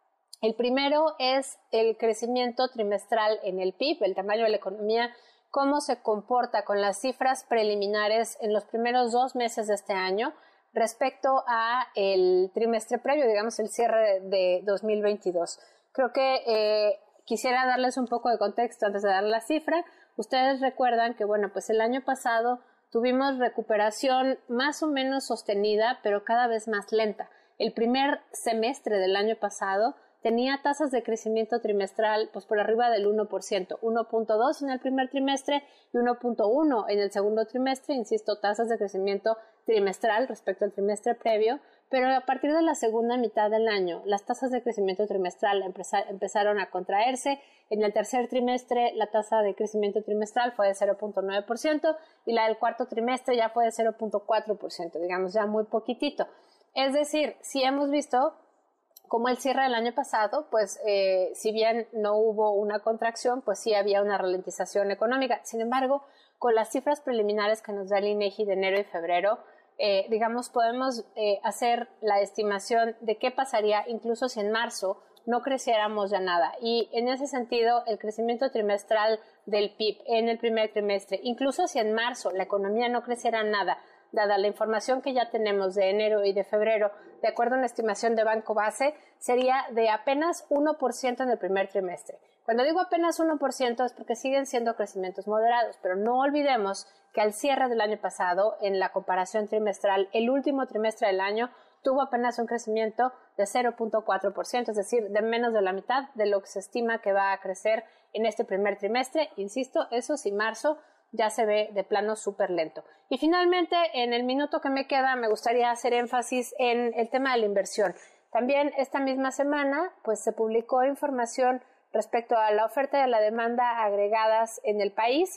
El primero es el crecimiento trimestral en el P I B, el tamaño de la economía, cómo se comporta con las cifras preliminares en los primeros dos meses de este año respecto a el trimestre previo, digamos el cierre de dos mil veintidós. Creo que eh, quisiera darles un poco de contexto antes de dar la cifra. Ustedes recuerdan que, bueno, pues el año pasado tuvimos recuperación más o menos sostenida, pero cada vez más lenta. El primer semestre del año pasado tenía tasas de crecimiento trimestral pues por arriba del uno por ciento, uno punto dos en el primer trimestre y uno punto uno en el segundo trimestre, insisto, tasas de crecimiento trimestral respecto al trimestre previo, pero a partir de la segunda mitad del año, las tasas de crecimiento trimestral empezaron a contraerse. En el tercer trimestre, la tasa de crecimiento trimestral fue de cero punto nueve por ciento y la del cuarto trimestre ya fue de cero punto cuatro por ciento, digamos ya muy poquitito. Es decir, si hemos visto como el cierre del año pasado, pues eh, si bien no hubo una contracción, pues sí había una ralentización económica. Sin embargo, con las cifras preliminares que nos da el INEGI de enero y febrero, eh, digamos, podemos eh, hacer la estimación de qué pasaría incluso si en marzo no creciéramos ya nada. Y en ese sentido, el crecimiento trimestral del P I B en el primer trimestre, incluso si en marzo la economía no creciera nada, dada la información que ya tenemos de enero y de febrero, de acuerdo a una estimación de Banco Base, sería de apenas uno por ciento en el primer trimestre. Cuando digo apenas uno por ciento es porque siguen siendo crecimientos moderados, pero no olvidemos que al cierre del año pasado, en la comparación trimestral, el último trimestre del año tuvo apenas un crecimiento de cero punto cuatro por ciento, es decir, de menos de la mitad de lo que se estima que va a crecer en este primer trimestre. Insisto, eso sí, marzo ya se ve de plano súper lento. Y finalmente, en el minuto que me queda, me gustaría hacer énfasis en el tema de la inversión. También esta misma semana, pues se publicó información respecto a la oferta y a la demanda agregadas en el país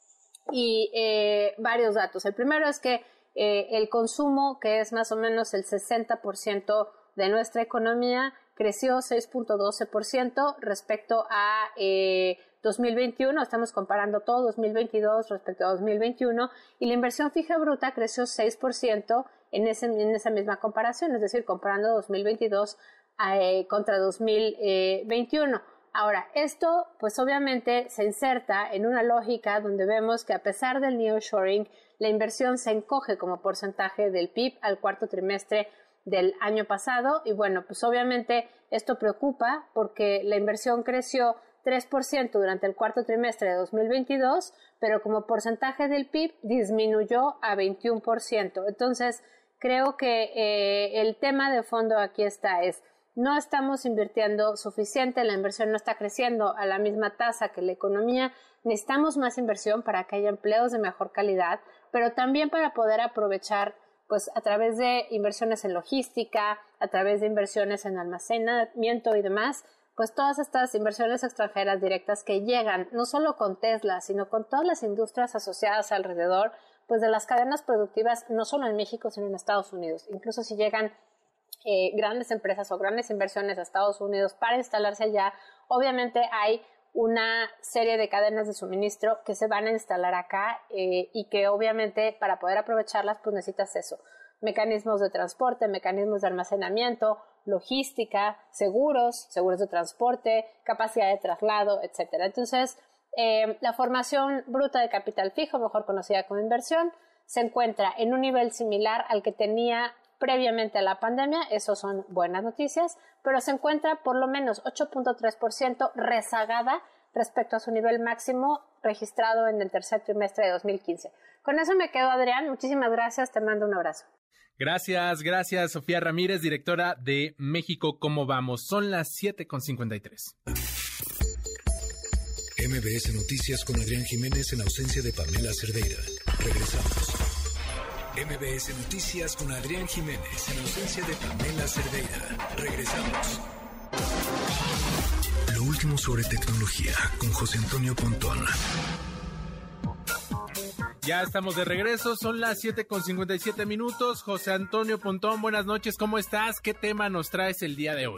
y eh, varios datos. El primero es que eh, el consumo, que es más o menos el sesenta por ciento de nuestra economía, creció seis punto doce por ciento respecto a eh, dos mil veintiuno, estamos comparando todo dos mil veintidós respecto a dos mil veintiuno, y la inversión fija bruta creció seis por ciento en, ese, en esa misma comparación, es decir, comparando dos mil veintidós eh, contra dos mil veintiuno. Ahora, esto pues obviamente se inserta en una lógica donde vemos que a pesar del nearshoring, la inversión se encoge como porcentaje del P I B al cuarto trimestre del año pasado, y bueno, pues obviamente esto preocupa porque la inversión creció tres por ciento durante el cuarto trimestre de dos mil veintidós, pero como porcentaje del P I B disminuyó a veintiuno por ciento. Entonces, creo que eh, el tema de fondo aquí está es, no estamos invirtiendo suficiente, la inversión no está creciendo a la misma tasa que la economía, necesitamos más inversión para que haya empleos de mejor calidad, pero también para poder aprovechar pues a través de inversiones en logística, a través de inversiones en almacenamiento y demás, pues todas estas inversiones extranjeras directas que llegan no solo con Tesla, sino con todas las industrias asociadas alrededor, pues de las cadenas productivas, no solo en México, sino en Estados Unidos. Incluso si llegan eh, grandes empresas o grandes inversiones a Estados Unidos para instalarse allá, obviamente hay una serie de cadenas de suministro que se van a instalar acá eh, y que obviamente para poder aprovecharlas pues necesitas eso, mecanismos de transporte, mecanismos de almacenamiento, logística, seguros, seguros de transporte, capacidad de traslado, etcétera. Entonces, eh, la formación bruta de capital fijo, mejor conocida como inversión, se encuentra en un nivel similar al que tenía previamente a la pandemia, eso son buenas noticias, pero se encuentra por lo menos ocho punto tres por ciento rezagada respecto a su nivel máximo registrado en el tercer trimestre de dos mil quince. Con eso me quedo, Adrián. Muchísimas gracias. Te mando un abrazo. Gracias, gracias, Sofía Ramírez, directora de México, ¿cómo vamos? Son las siete con cincuenta y tres. M B S Noticias con Adrián Jiménez en ausencia de Pamela Cerdeira. Regresamos. M B S Noticias con Adrián Jiménez en ausencia de Pamela Cerdeira. Regresamos. Lo último sobre tecnología con José Antonio Pontón. Ya estamos de regreso, son las siete con cincuenta y siete minutos. José Antonio Pontón, buenas noches, ¿cómo estás? ¿Qué tema nos traes el día de hoy?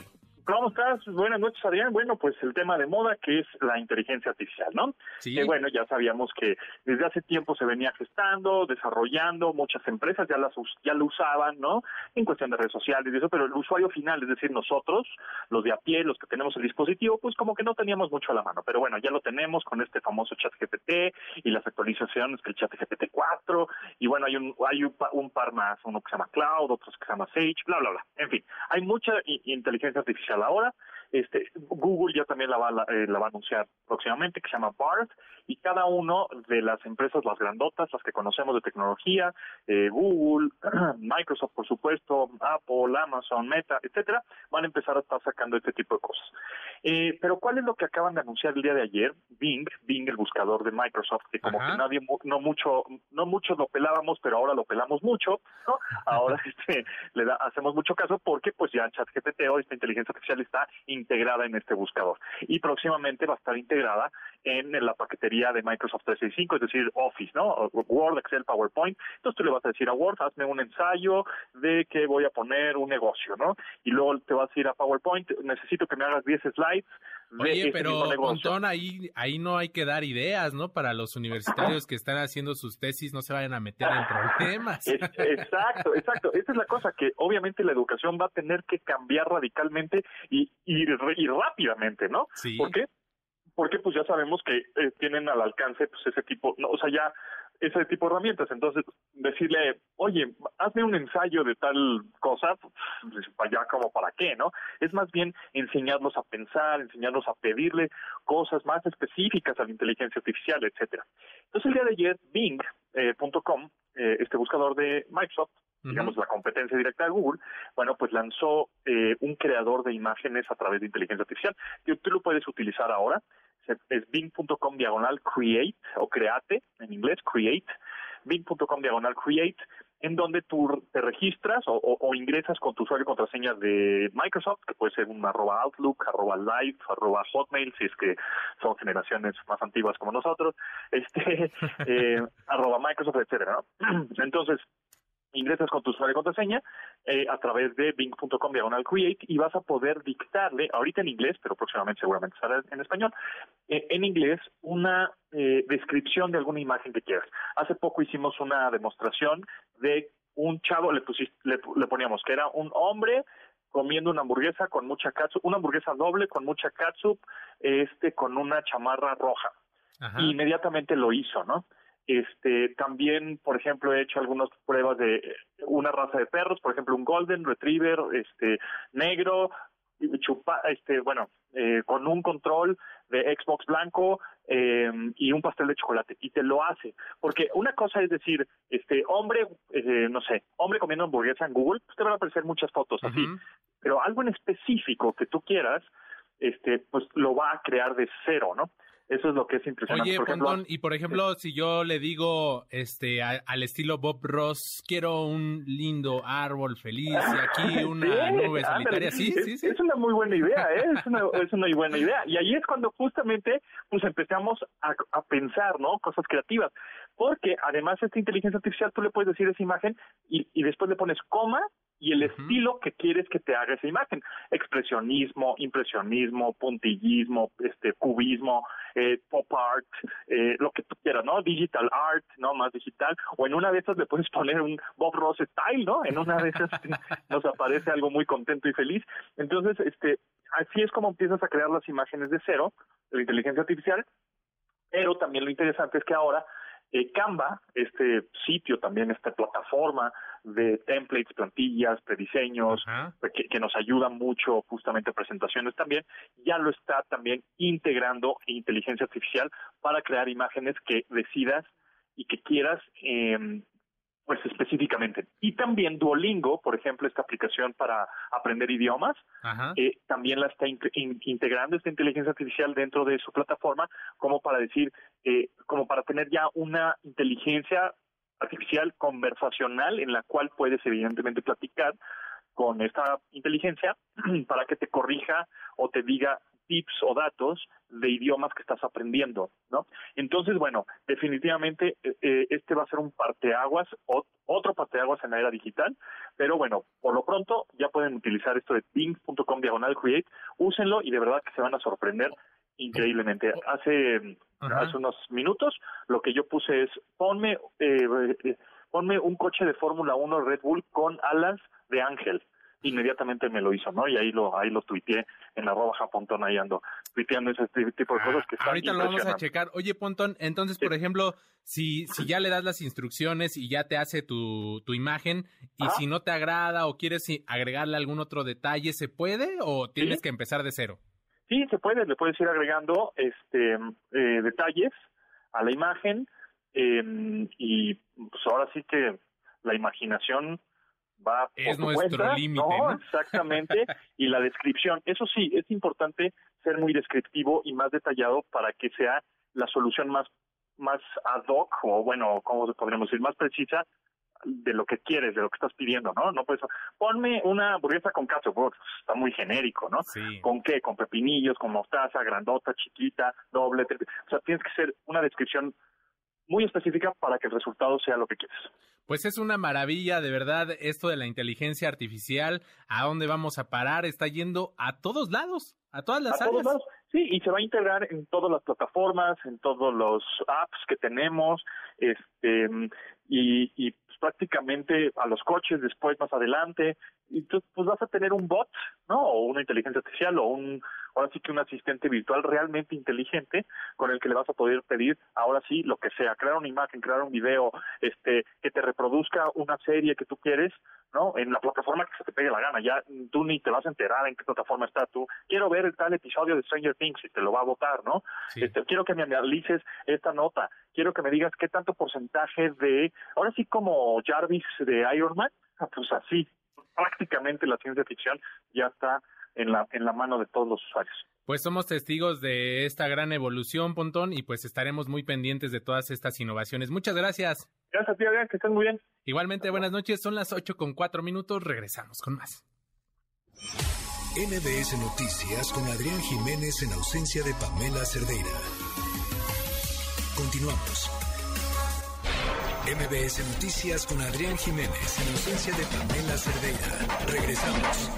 ¿Cómo estás? Buenas noches, Adrián. Bueno, pues el tema de moda que es la inteligencia artificial, ¿no? Sí. Que bueno, ya sabíamos que desde hace tiempo se venía gestando, desarrollando, muchas empresas ya las ya lo usaban, ¿no? En cuestión de redes sociales y eso, pero el usuario final, es decir, nosotros, los de a pie, los que tenemos el dispositivo, pues como que no teníamos mucho a la mano. Pero bueno, ya lo tenemos con este famoso ChatGPT y las actualizaciones que el ChatGPT cuatro, y bueno, hay un hay un, un par más, uno que se llama Cloud, otros que se llama Sage, bla, bla, bla. En fin, hay mucha inteligencia artificial ahora. Este, Google ya también la va, la, eh, la va a anunciar próximamente, que se llama Bard, y cada uno de las empresas, las grandotas, las que conocemos de tecnología, eh, Google, Microsoft, por supuesto, Apple, Amazon, Meta, etcétera, van a empezar a estar sacando este tipo de cosas. Eh, pero ¿cuál es lo que acaban de anunciar el día de ayer? Bing, Bing, el buscador de Microsoft, que como Ajá. que nadie, no mucho, no muchos lo pelábamos, pero ahora lo pelamos mucho, ¿no? Ahora este, le da, hacemos mucho caso porque pues ya ChatGPT o esta inteligencia artificial está integrada en este buscador. Y próximamente va a estar integrada en la paquetería de Microsoft trescientos sesenta y cinco, es decir, Office, ¿no? Word, Excel, PowerPoint. Entonces tú le vas a decir a Word, hazme un ensayo de que voy a poner un negocio, ¿no? Y luego te vas a ir a PowerPoint, necesito que me hagas diez slides de Oye, ese pero, mismo negocio. Pontón, ahí, ahí no hay que dar ideas, ¿no? Para los universitarios que están haciendo sus tesis no se vayan a meter en problemas. Es, exacto, exacto. Esa es la cosa, que obviamente la educación va a tener que cambiar radicalmente y, y, y rápidamente, ¿no? Sí. ¿Por qué? Porque pues ya sabemos que eh, tienen al alcance pues ese tipo, no, o sea, ya ese tipo de herramientas. Entonces, decirle, oye, hazme un ensayo de tal cosa, pues ya como para qué, ¿no? Es más bien enseñarlos a pensar, enseñarlos a pedirle cosas más específicas a la inteligencia artificial, etcétera. Entonces, el día de ayer, Bing punto com, eh, este buscador de Microsoft, digamos, uh-huh. la competencia directa de Google, bueno, pues lanzó eh, un creador de imágenes a través de inteligencia artificial, que tú lo puedes utilizar ahora. Es bing punto com diagonal create, o create, en inglés, create, bing punto com diagonal create, en donde tú te registras o, o, o ingresas con tu usuario y contraseña de Microsoft, que puede ser un arroba Outlook, arroba Live, arroba Hotmail, si es que son generaciones más antiguas como nosotros, este, eh, arroba Microsoft, etcétera, ¿no? Entonces, ingresas con tu usuario y contraseña eh, a través de bing punto com diagonal create y vas a poder dictarle, ahorita en inglés, pero próximamente seguramente estará en español, eh, en inglés, una eh, descripción de alguna imagen que quieras. Hace poco hicimos una demostración de un chavo, le, pusiste, le, le poníamos que era un hombre comiendo una hamburguesa con mucha catsup, una hamburguesa doble con mucha catsup, este, con una chamarra roja. Ajá. Y inmediatamente lo hizo, ¿no? Este, también, por ejemplo, he hecho algunas pruebas de una raza de perros, por ejemplo, un Golden Retriever, este, negro, chupa, este, bueno, eh, con un control de Xbox blanco eh, y un pastel de chocolate, y te lo hace, porque una cosa es decir, este, hombre, eh, no sé, hombre comiendo hamburguesa en Google, pues te van a aparecer muchas fotos uh-huh. así, pero algo en específico que tú quieras, este, pues lo va a crear de cero, ¿no? Eso es lo que es impresionante. Oye, por ejemplo, Pontón, y por ejemplo, si yo le digo este a, al estilo Bob Ross, quiero un lindo árbol feliz y aquí una sí, nube solitaria, sí, es, sí, sí. Es una muy buena idea, ¿eh? Es una, es una muy buena idea. Y ahí es cuando justamente pues empezamos a, a pensar, ¿no? Cosas creativas. Porque además esta inteligencia artificial tú le puedes decir esa imagen y, y después le pones coma y el uh-huh. estilo que quieres que te haga esa imagen. Expresionismo, impresionismo, puntillismo, este, cubismo, eh, pop art, eh, lo que tú quieras, ¿no? Digital art, ¿no? Más digital. O en una de esas le puedes poner un Bob Ross style, ¿no? En una de esas nos aparece algo muy contento y feliz. Entonces, este, así es como empiezas a crear las imágenes de cero, de la inteligencia artificial. Pero también lo interesante es que ahora Eh, Canva, este sitio también, esta plataforma de templates, plantillas, prediseños, uh-huh. que, que nos ayuda mucho justamente a presentaciones también, ya lo está también integrando inteligencia artificial para crear imágenes que decidas y que quieras eh, pues específicamente. Y también Duolingo, por ejemplo, esta aplicación para aprender idiomas, eh, también la está in- in- integrando esta inteligencia artificial dentro de su plataforma, como para decir, eh, como para tener ya una inteligencia artificial conversacional en la cual puedes evidentemente platicar con esta inteligencia para que te corrija o te diga tips o datos de idiomas que estás aprendiendo, ¿no? Entonces, bueno, definitivamente eh, este va a ser un parteaguas, o, otro parteaguas en la era digital, pero bueno, por lo pronto ya pueden utilizar esto de bing punto com diagonal create, úsenlo y de verdad que se van a sorprender increíblemente. Hace, hace unos minutos lo que yo puse es, ponme, eh, eh, ponme un coche de Fórmula uno Red Bull con alas de ángel. Inmediatamente me lo hizo, ¿no? Y ahí lo ahí lo tuiteé en arroba japontón, ahí ando tuiteando ese tipo de cosas que están ahorita lo vamos a checar. Oye, Pontón, entonces, sí. por ejemplo, si si ya le das las instrucciones y ya te hace tu, tu imagen, y Ajá. si no te agrada o quieres agregarle algún otro detalle, ¿se puede o tienes ¿Sí? que empezar de cero? Sí, se puede, le puedes ir agregando este eh, detalles a la imagen eh, y pues ahora sí que la imaginación va es por nuestro límite, ¿no? ¿no? Exactamente, y la descripción, eso sí, es importante ser muy descriptivo y más detallado para que sea la solución más más ad hoc, o bueno, ¿cómo podríamos decir? Más precisa de lo que quieres, de lo que estás pidiendo, ¿no? No puedes, ponme una hamburguesa con ketchup, pues, está muy genérico, ¿no? Sí. ¿Con qué? Con pepinillos, con mostaza, grandota, chiquita, doble, tri... o sea, tienes que ser una descripción muy específica para que el resultado sea lo que quieres. Pues es una maravilla, de verdad, esto de la inteligencia artificial, ¿a dónde vamos a parar? Está yendo a todos lados, a todas las a áreas. Todos lados. Sí, y se va a integrar en todas las plataformas, en todos los apps que tenemos, este y, y pues, prácticamente a los coches después, más adelante, y tú pues vas a tener un bot, ¿no? O una inteligencia artificial, o un, ahora sí que un asistente virtual realmente inteligente con el que le vas a poder pedir, ahora sí, lo que sea, crear una imagen, crear un video, este, que te reproduzca una serie que tú quieres, ¿no? En la plataforma que se te pegue la gana, ya tú ni te vas a enterar en qué plataforma está tú. Quiero ver el tal episodio de Stranger Things y te lo va a botar, ¿no? Sí. Este, quiero que me analices esta nota, quiero que me digas qué tanto porcentaje de, ahora sí como Jarvis de Iron Man, pues así, prácticamente la ciencia ficción ya está en la en la mano de todos los usuarios. Pues somos testigos de esta gran evolución, Pontón, y pues estaremos muy pendientes de todas estas innovaciones. Muchas gracias. Gracias a ti, Adrián, que estén muy bien. Igualmente, buenas noches. Son las ocho con cuatro minutos. Regresamos con más. M B S Noticias con Adrián Jiménez en ausencia de Pamela Cerdeira. Continuamos. M B S Noticias con Adrián Jiménez en ausencia de Pamela Cerdeira. Regresamos.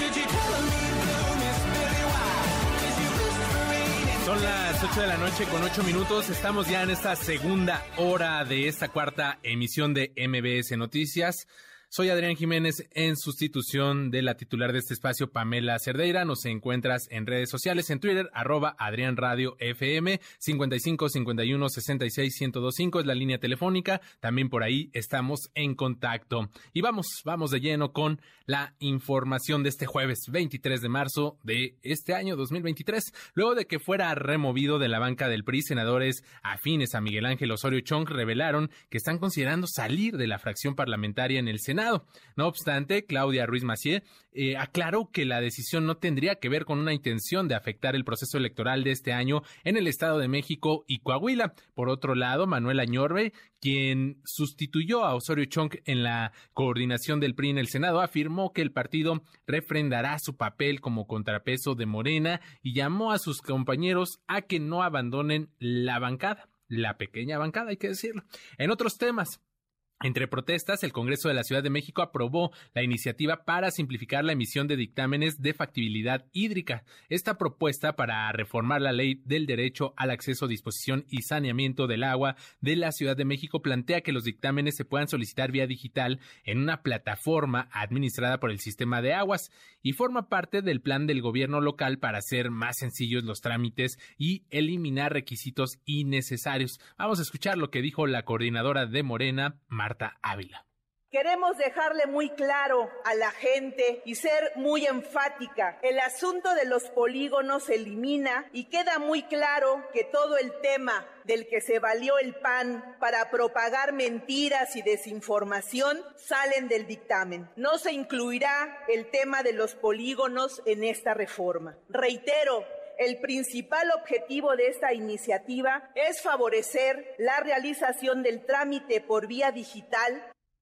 Son las ocho de la noche con ocho minutos. Estamos ya en esta segunda hora de esta cuarta emisión de M B S Noticias. Soy Adrián Jiménez en sustitución de la titular de este espacio, Pamela Cerdeira. Nos encuentras en redes sociales, en Twitter, arroba Adrián Radio F M, cincuenta y cinco, cincuenta y uno, sesenta y seis, ciento veinticinco es la línea telefónica. También por ahí estamos en contacto. Y vamos, vamos de lleno con la información de este jueves veintitrés de marzo de este año dos mil veintitrés. Luego de que fuera removido de la banca del P R I, senadores afines a Miguel Ángel Osorio Chong revelaron que están considerando salir de la fracción parlamentaria en el Senado. No obstante, Claudia Ruiz Massieu eh, aclaró que la decisión no tendría que ver con una intención de afectar el proceso electoral de este año en el Estado de México y Coahuila. Por otro lado, Manuel Añorbe, quien sustituyó a Osorio Chong en la coordinación del P R I en el Senado, afirmó que el partido refrendará su papel como contrapeso de Morena y llamó a sus compañeros a que no abandonen la bancada, la pequeña bancada, hay que decirlo. En otros temas, entre protestas, el Congreso de la Ciudad de México aprobó la iniciativa para simplificar la emisión de dictámenes de factibilidad hídrica. Esta propuesta para reformar la ley del derecho al acceso, disposición y saneamiento del agua de la Ciudad de México plantea que los dictámenes se puedan solicitar vía digital en una plataforma administrada por el sistema de aguas y forma parte del plan del gobierno local para hacer más sencillos los trámites y eliminar requisitos innecesarios. Vamos a escuchar lo que dijo la coordinadora de Morena, Marta Ávila. Queremos dejarle muy claro a la gente y ser muy enfática. El asunto de los polígonos se elimina y queda muy claro que todo el tema del que se valió el P A N para propagar mentiras y desinformación salen del dictamen. No se incluirá el tema de los polígonos en esta reforma. Reitero, el principal objetivo de esta iniciativa es favorecer la realización del trámite por vía digital.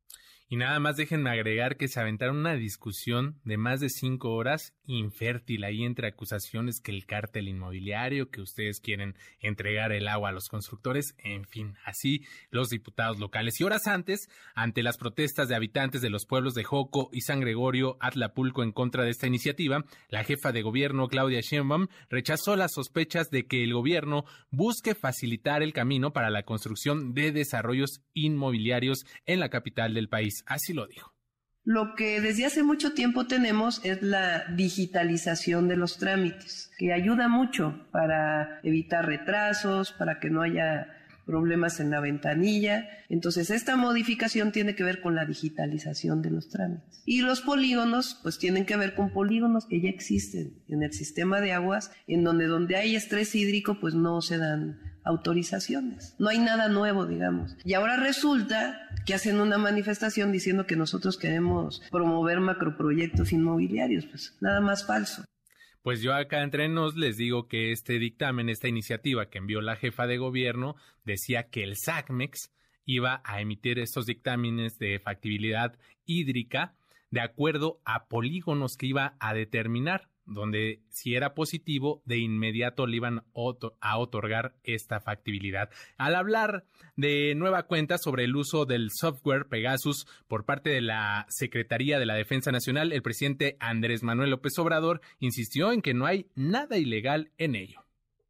Y nada más déjenme agregar que se aventaron una discusión de más de cinco horas infértil ahí entre acusaciones que el cártel inmobiliario, que ustedes quieren entregar el agua a los constructores, en fin, así los diputados locales. Y horas antes, ante las protestas de habitantes de los pueblos de Joco y San Gregorio, Atlapulco, en contra de esta iniciativa, la jefa de gobierno, Claudia Sheinbaum, rechazó las sospechas de que el gobierno busque facilitar el camino para la construcción de desarrollos inmobiliarios en la capital del país. Así lo dijo. Lo que desde hace mucho tiempo tenemos es la digitalización de los trámites, que ayuda mucho para evitar retrasos, para que no haya problemas en la ventanilla. Entonces, esta modificación tiene que ver con la digitalización de los trámites. Y los polígonos, pues tienen que ver con polígonos que ya existen en el sistema de aguas, en donde, donde hay estrés hídrico, pues no se dan autorizaciones. No hay nada nuevo, digamos. Y ahora resulta que hacen una manifestación diciendo que nosotros queremos promover macroproyectos inmobiliarios. Pues nada más falso. Pues yo acá entre nos les digo que este dictamen, esta iniciativa que envió la jefa de gobierno, decía que el SACMEX iba a emitir estos dictámenes de factibilidad hídrica de acuerdo a polígonos que iba a determinar, donde si era positivo, de inmediato le iban a otorgar esta factibilidad. Al hablar de nueva cuenta sobre el uso del software Pegasus por parte de la Secretaría de la Defensa Nacional, el presidente Andrés Manuel López Obrador insistió en que no hay nada ilegal en ello.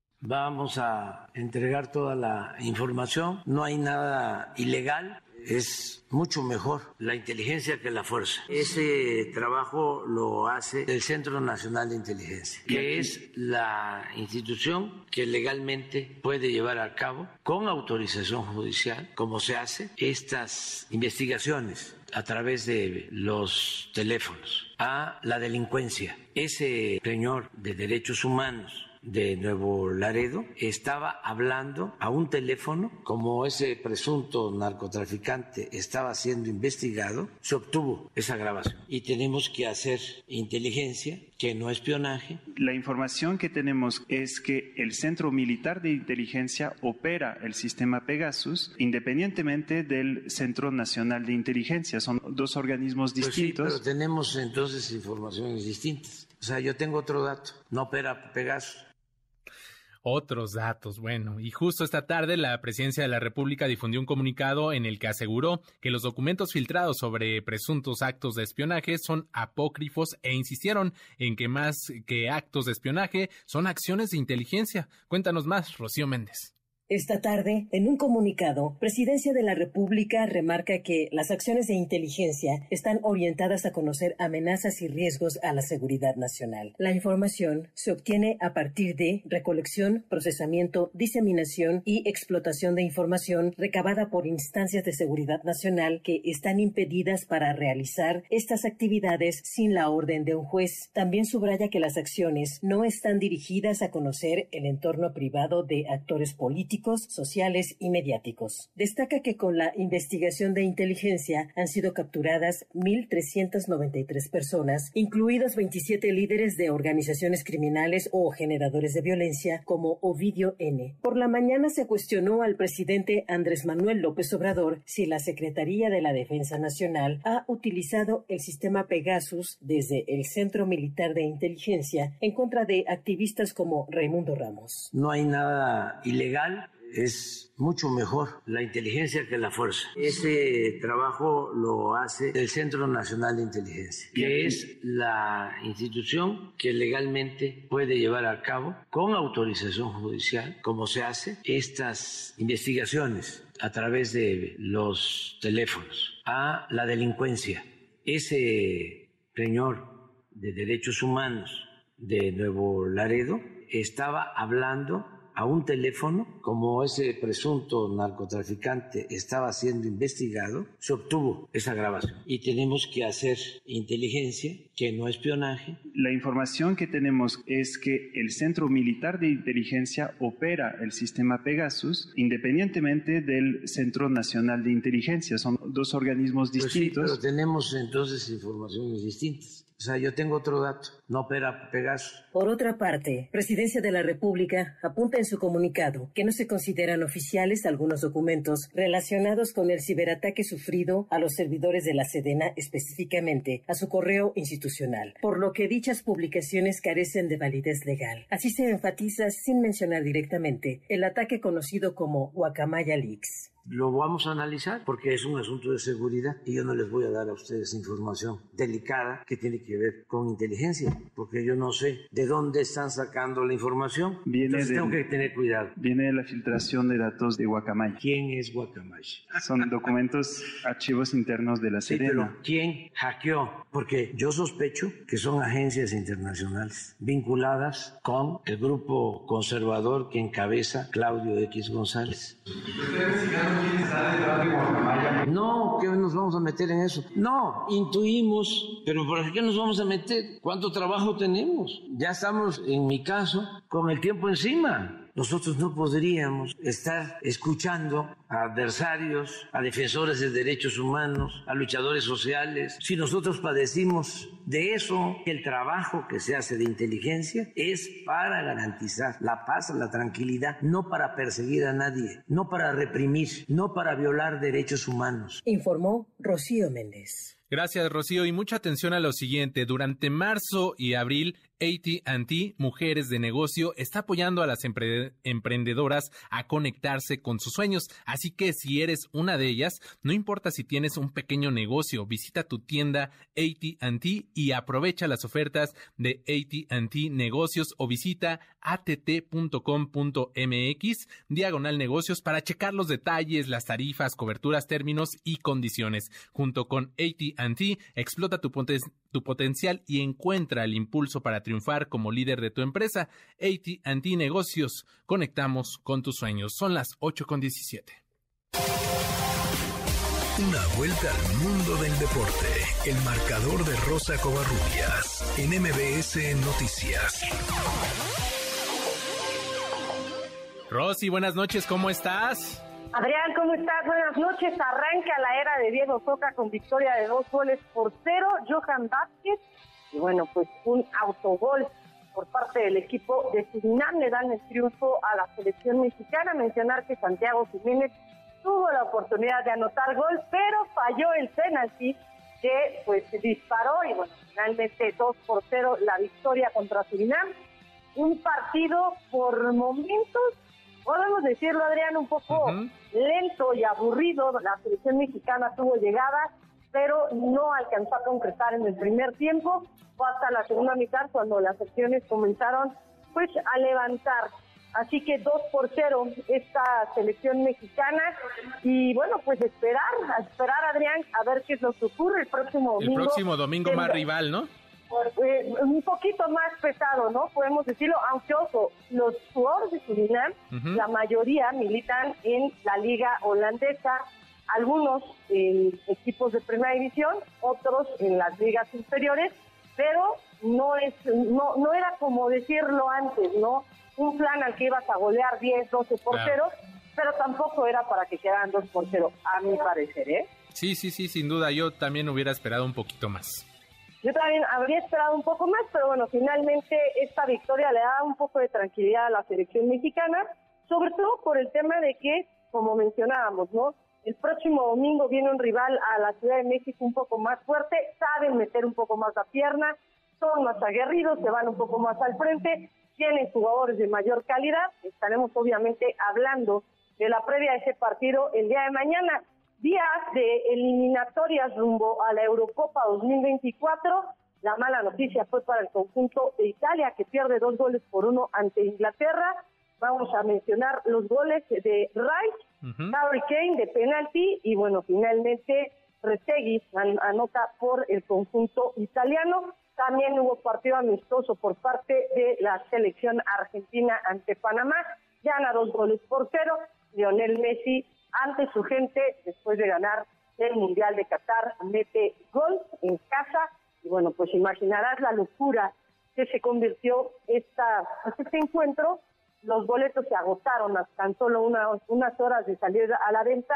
Vamos a entregar toda la información, no hay nada ilegal. Es mucho mejor la inteligencia que la fuerza. Ese trabajo lo hace el Centro Nacional de Inteligencia, que es la institución que legalmente puede llevar a cabo, con autorización judicial, como se hace, estas investigaciones a través de los teléfonos a la delincuencia. Ese señor de derechos humanos de Nuevo Laredo estaba hablando a un teléfono, como ese presunto narcotraficante estaba siendo investigado, se obtuvo esa grabación. Y tenemos que hacer inteligencia, que no espionaje. La información que tenemos es que el Centro Militar de Inteligencia opera el sistema Pegasus independientemente del Centro Nacional de Inteligencia. Son dos organismos distintos. Pues sí, pero tenemos entonces informaciones distintas. O sea, yo tengo otro dato, no opera Pegasus. Otros datos, bueno, y justo esta tarde la Presidencia de la República difundió un comunicado en el que aseguró que los documentos filtrados sobre presuntos actos de espionaje son apócrifos e insistieron en que más que actos de espionaje son acciones de inteligencia. Cuéntanos más, Rocío Méndez. Esta tarde, en un comunicado, Presidencia de la República remarca que las acciones de inteligencia están orientadas a conocer amenazas y riesgos a la seguridad nacional. La información se obtiene a partir de recolección, procesamiento, diseminación y explotación de información recabada por instancias de seguridad nacional que están impedidas para realizar estas actividades sin la orden de un juez. También subraya que las acciones no están dirigidas a conocer el entorno privado de actores políticos, sociales y mediáticos. Destaca que con la investigación de inteligencia han sido capturadas mil trescientas noventa y tres personas, incluidos veintisiete líderes de organizaciones criminales o generadores de violencia como Ovidio N. Por la mañana se cuestionó al presidente Andrés Manuel López Obrador si la Secretaría de la Defensa Nacional ha utilizado el sistema Pegasus desde el Centro Militar de Inteligencia en contra de activistas como Raimundo Ramos. No hay nada ilegal. Es mucho mejor la inteligencia que la fuerza. Ese trabajo lo hace el Centro Nacional de Inteligencia, que es la institución que legalmente puede llevar a cabo, con autorización judicial, como se hace, estas investigaciones a través de los teléfonos a la delincuencia. Ese señor de derechos humanos de Nuevo Laredo estaba hablando a un teléfono, como ese presunto narcotraficante estaba siendo investigado, se obtuvo esa grabación. Y tenemos que hacer inteligencia, que no espionaje. La información que tenemos es que el Centro Militar de Inteligencia opera el sistema Pegasus independientemente del Centro Nacional de Inteligencia. Son son dos organismos distintos. Pues sí, pero tenemos entonces informaciones distintas. O sea, yo tengo otro dato, no opera Pegasus. Por otra parte, Presidencia de la República apunta en su comunicado que no se consideran oficiales algunos documentos relacionados con el ciberataque sufrido a los servidores de la Sedena, específicamente a su correo institucional, por lo que dichas publicaciones carecen de validez legal. Así se enfatiza, sin mencionar directamente, el ataque conocido como Guacamaya Leaks. Lo vamos a analizar porque es un asunto de seguridad y yo no les voy a dar a ustedes información delicada que tiene que ver con inteligencia, porque yo no sé de dónde están sacando la información. Viene Entonces de, tengo que tener cuidado. Viene de la filtración de datos de Guacamaya. ¿Quién es Guacamaya? Son documentos, archivos internos de la Sedena. Sí, pero ¿quién hackeó? Porque yo sospecho que son agencias internacionales vinculadas con el grupo conservador que encabeza Claudio X González. No, ¿qué nos vamos a meter en eso? No, intuimos, pero ¿por qué nos vamos a meter? ¿Cuánto trabajo tenemos? Ya estamos, en mi caso, con el tiempo encima. Nosotros no podríamos estar escuchando a adversarios, a defensores de derechos humanos, a luchadores sociales, si nosotros padecimos de eso. El trabajo que se hace de inteligencia es para garantizar la paz, la tranquilidad, no para perseguir a nadie, no para reprimir, no para violar derechos humanos. Informó Rocío Méndez. Gracias, Rocío, y mucha atención a lo siguiente. Durante marzo y abril, A T and T, Mujeres de Negocio, está apoyando a las empre- emprendedoras a conectarse con sus sueños. Así que si eres una de ellas, no importa si tienes un pequeño negocio, visita tu tienda A T and T y aprovecha las ofertas de A T and T Negocios o visita a t t punto com punto m x diagonal negocios para checar los detalles, las tarifas, coberturas, términos y condiciones. Junto con A T and T, explota tu, poten- tu potencial y encuentra el impulso para triunfar como líder de tu empresa. A T and T Negocios, conectamos con tus sueños. Son las ocho con diecisiete. Una vuelta al mundo del deporte. El marcador de Rosa Covarrubias en M B S Noticias. Rosy, buenas noches, ¿cómo estás? Adrián, ¿cómo estás? Buenas noches. Arranca la era de Diego Coca con victoria de dos goles por cero. Johan Vázquez, y bueno, pues un autogol por parte del equipo de Surinam le dan el triunfo a la selección mexicana. Mencionar que Santiago Jiménez tuvo la oportunidad de anotar gol, pero falló el penalti que pues disparó y bueno, finalmente dos por cero la victoria contra Surinam. Un partido por momentos, podemos decirlo, Adrián, un poco uh-huh. lento y aburrido. La selección mexicana tuvo llegadas, pero no alcanzó a concretar en el primer tiempo. Fue hasta la segunda mitad cuando las acciones comenzaron pues a levantar. Así que dos por cero esta selección mexicana. Y bueno, pues esperar, a esperar, Adrián, a ver qué es lo que ocurre el próximo domingo. El próximo domingo más rival, ¿no? Eh, un poquito más pesado, ¿no? Podemos decirlo, aunque ojo, los jugadores de Surinam, uh-huh. la mayoría militan en la liga holandesa, algunos en equipos de primera división, otros en las ligas inferiores, pero no es, no, no era como decirlo antes, ¿no? Un plan al que ibas a golear diez, doce por cero, claro. pero tampoco era para que quedaran dos por cero, a mi parecer, ¿eh? Sí, sí, sí, sin duda, yo también hubiera esperado un poquito más. Yo también habría esperado un poco más, pero bueno, finalmente esta victoria le da un poco de tranquilidad a la selección mexicana, sobre todo por el tema de que, como mencionábamos, ¿no? El próximo domingo viene un rival a la Ciudad de México un poco más fuerte, saben meter un poco más la pierna, son más aguerridos, se van un poco más al frente, tienen jugadores de mayor calidad. Estaremos obviamente hablando de la previa de ese partido el día de mañana. Días de eliminatorias rumbo a la Eurocopa dos mil veinticuatro. La mala noticia fue para el conjunto de Italia, que pierde dos goles por uno ante Inglaterra. Vamos a mencionar los goles de Rice, uh-huh. Harry Kane de penalti, y bueno, finalmente Retegui an- anota por el conjunto italiano. También hubo partido amistoso por parte de la selección argentina ante Panamá. Gana dos goles por cero. Lionel Messi, ante su gente, después de ganar el Mundial de Qatar, mete gol en casa. Y bueno, pues imaginarás la locura que se convirtió esta, este encuentro. Los boletos se agotaron hasta tan solo una, unas horas de salir a la venta.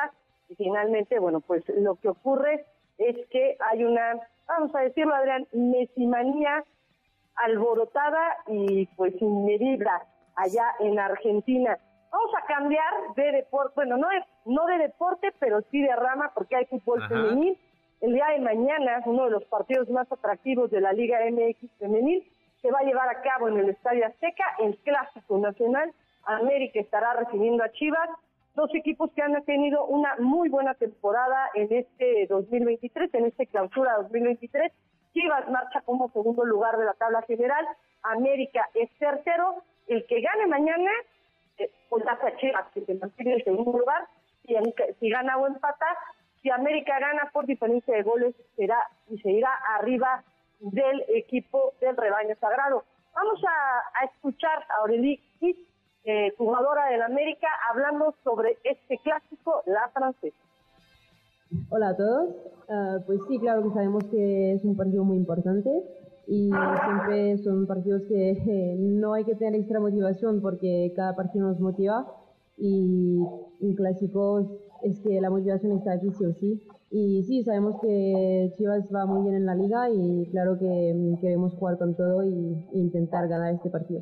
y finalmente, bueno, pues lo que ocurre es que hay una, vamos a decirlo, Adrián, mesimanía alborotada y pues inmedida allá en Argentina. Vamos a cambiar de deporte, bueno, no de, no de deporte, pero sí de rama, porque hay fútbol Ajá. femenil. El día de mañana, uno de los partidos más atractivos de la Liga M X femenil se va a llevar a cabo en el Estadio Azteca, el Clásico Nacional. América estará recibiendo a Chivas, dos equipos que han tenido una muy buena temporada en este dos mil veintitrés, en este clausura dos mil veintitrés. Chivas marcha como segundo lugar de la tabla general, América es tercero. El que gane mañana, eh, pues hace a Chivas, que se mantiene en el segundo lugar. Si, si gana o empata, si América gana por diferencia de goles, será y se irá arriba del equipo del rebaño sagrado. Vamos a, a escuchar a Aurélie Kiss, eh, jugadora del América, hablando sobre este clásico, la francesa. Hola a todos, uh, pues sí, claro que sabemos que es un partido muy importante y siempre son partidos que eh, no hay que tener extra motivación porque cada partido nos motiva y un clásico es que la motivación está aquí sí o sí. Y sí, sabemos que Chivas va muy bien en la liga y claro que queremos jugar con todo e intentar ganar este partido.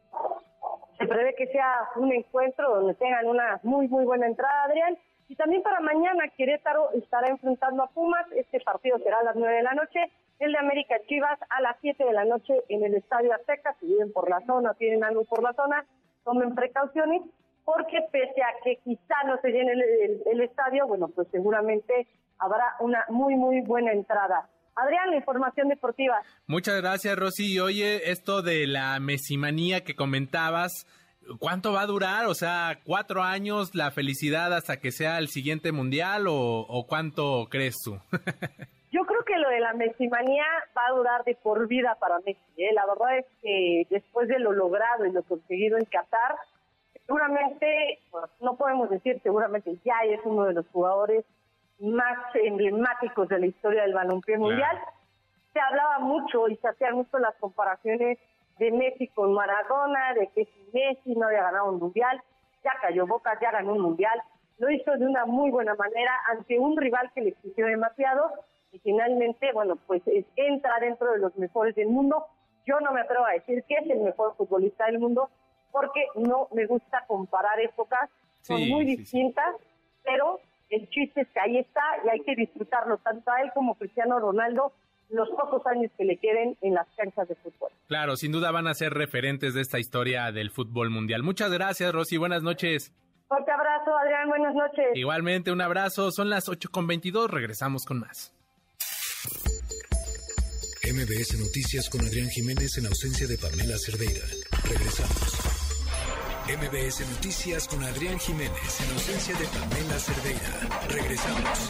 Se prevé que sea un encuentro donde tengan una muy, muy buena entrada, Adrián. Y también para mañana Querétaro estará enfrentando a Pumas. Este partido será a las nueve de la noche. El de América Chivas a las siete de la noche en el Estadio Azteca. Si viven por la zona, tienen algo por la zona, tomen precauciones, porque pese a que quizá no se llene el, el, el estadio, bueno, pues seguramente habrá una muy, muy buena entrada. Adrián, la información deportiva. Muchas gracias, Rosy. Y oye, esto de la mesimanía que comentabas, ¿cuánto va a durar? O sea, ¿cuatro años la felicidad hasta que sea el siguiente mundial o, o cuánto crees tú? Yo creo que lo de la mesimanía va a durar de por vida para Messi, ¿eh? La verdad es que después de lo logrado y lo conseguido en Qatar, seguramente, bueno, no podemos decir seguramente, ya es uno de los jugadores más emblemáticos de la historia del balompié mundial. Claro. Se hablaba mucho y se hacían mucho las comparaciones de Messi con Maradona, de que si Messi no había ganado un mundial, ya cayó Boca, ya ganó un mundial. Lo hizo de una muy buena manera ante un rival que le exigió demasiado y finalmente, bueno, pues es, entra dentro de los mejores del mundo. Yo no me atrevo a decir que es el mejor futbolista del mundo porque no me gusta comparar épocas, son sí, muy distintas, sí, sí. pero el chiste es que ahí está y hay que disfrutarlo, tanto a él como Cristiano Ronaldo, los pocos años que le queden en las canchas de fútbol. Claro, sin duda van a ser referentes de esta historia del fútbol mundial. Muchas gracias, Rosy, buenas noches. Fuerte abrazo, Adrián, buenas noches. Igualmente, un abrazo, son las ocho con veintidós, regresamos con más. M B S Noticias con Adrián Jiménez en ausencia de Pamela Cerdeira. Regresamos. M B S Noticias con Adrián Jiménez en ausencia de Pamela Cerdeira. Regresamos.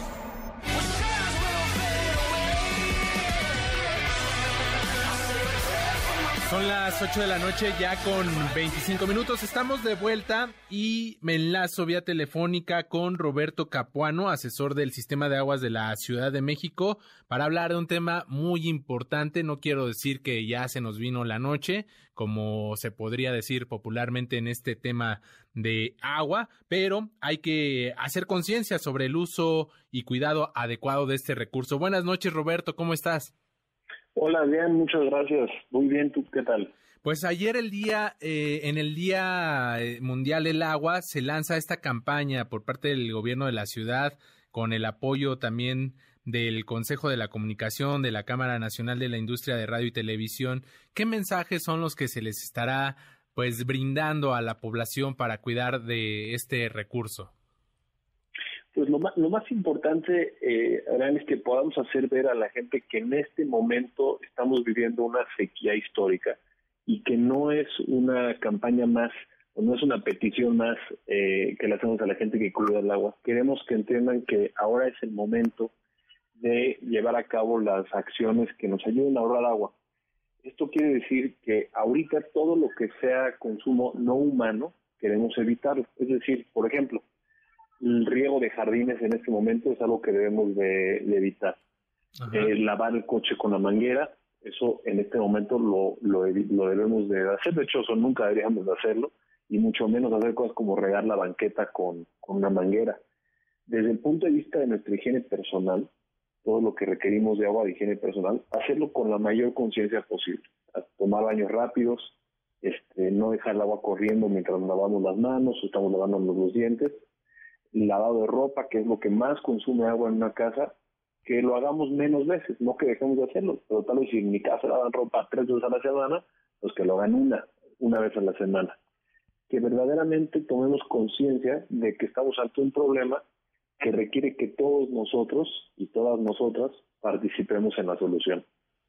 Son las ocho de la noche ya con veinticinco minutos. Estamos de vuelta y me enlazo vía telefónica con Roberto Capuano, asesor del Sistema de Aguas de la Ciudad de México, para hablar de un tema muy importante. No quiero decir que ya se nos vino la noche, como se podría decir popularmente en este tema de agua, pero hay que hacer conciencia sobre el uso y cuidado adecuado de este recurso. Buenas noches, Roberto, ¿cómo estás? Hola, bien, muchas gracias. Muy bien, ¿tú qué tal? Pues ayer el día, eh, en el Día Mundial del Agua, se lanza esta campaña por parte del gobierno de la ciudad, con el apoyo también del Consejo de la Comunicación, de la Cámara Nacional de la Industria de Radio y Televisión. ¿Qué mensajes son los que se les estará pues brindando a la población para cuidar de este recurso? Pues lo más, lo más importante, eh, Adrián, es que podamos hacer ver a la gente que en este momento estamos viviendo una sequía histórica y que no es una campaña más, o no es una petición más eh, que le hacemos a la gente que cuida el agua. Queremos que entiendan que ahora es el momento de llevar a cabo las acciones que nos ayuden a ahorrar agua. Esto quiere decir que ahorita todo lo que sea consumo no humano queremos evitarlo. Es decir, por ejemplo, el riego de jardines en este momento es algo que debemos de, de evitar. Eh, lavar el coche con la manguera, eso en este momento lo, lo, lo debemos de hacer. De hecho, eso nunca deberíamos de hacerlo, y mucho menos hacer cosas como regar la banqueta con, con una manguera. desde el punto de vista de nuestra higiene personal, todo lo que requerimos de agua de higiene personal, hacerlo con la mayor conciencia posible. Tomar baños rápidos, este, no dejar el agua corriendo mientras nos lavamos las manos o estamos lavándonos los dientes. Lavado de ropa, que es lo que más consume agua en una casa, que lo hagamos menos veces, no que dejemos de hacerlo, pero tal vez si en mi casa lavan ropa tres veces a la semana, pues que lo hagan una, una vez a la semana. Que verdaderamente tomemos conciencia de que estamos ante un problema que requiere que todos nosotros y todas nosotras participemos en la solución.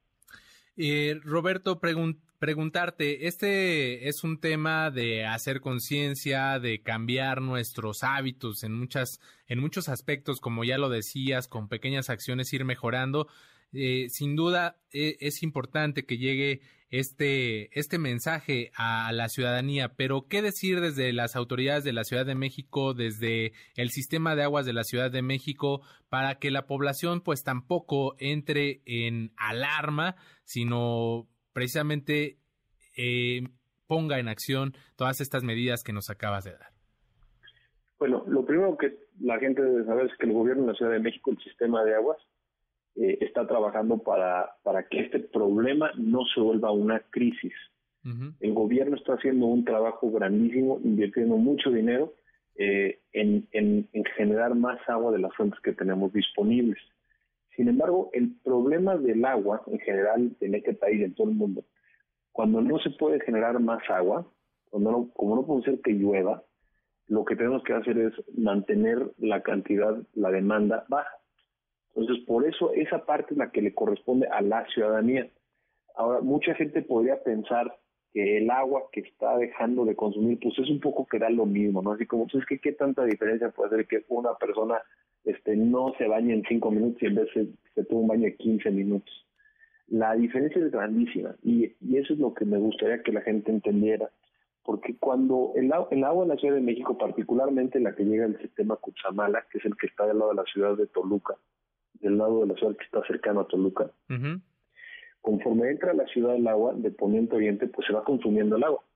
Eh, Roberto, pregun- preguntarte, este es un tema de hacer conciencia, de cambiar nuestros hábitos en muchas, en muchos aspectos, como ya lo decías, con pequeñas acciones ir mejorando. Eh, sin duda eh, es importante que llegue este, este mensaje a la ciudadanía, pero ¿qué decir desde las autoridades de la Ciudad de México, desde el sistema de aguas de la Ciudad de México, para que la población pues tampoco entre en alarma, sino precisamente eh, ponga en acción todas estas medidas que nos acabas de dar? Bueno, lo primero que la gente debe saber es que el gobierno de la Ciudad de México, el sistema de aguas, Eh, está trabajando para, para que este problema no se vuelva una crisis. Uh-huh. El gobierno está haciendo un trabajo grandísimo, invirtiendo mucho dinero eh, en, en, en generar más agua de las fuentes que tenemos disponibles. Sin embargo, el problema del agua, en general, en este país, en todo el mundo, cuando no se puede generar más agua, cuando no, como no puede ser que llueva, lo que tenemos que hacer es mantener la cantidad, la demanda baja. Entonces, por eso esa parte es la que le corresponde a la ciudadanía. Ahora, mucha gente podría pensar que el agua que está dejando de consumir, pues es un poco que da lo mismo, ¿no? Así como, pues es que qué tanta diferencia puede hacer que una persona este, no se bañe en cinco minutos y en vez se, se tome un baño de quince minutos. La diferencia es grandísima y, y eso es lo que me gustaría que la gente entendiera. Porque cuando el, el agua en la Ciudad de México, particularmente la que llega del sistema Cutzamala, que es el que está del lado de la ciudad de Toluca, del lado de la ciudad que está cercano a Toluca, uh-huh. Conforme entra a la ciudad el agua de poniente a oriente, pues se va consumiendo el agua.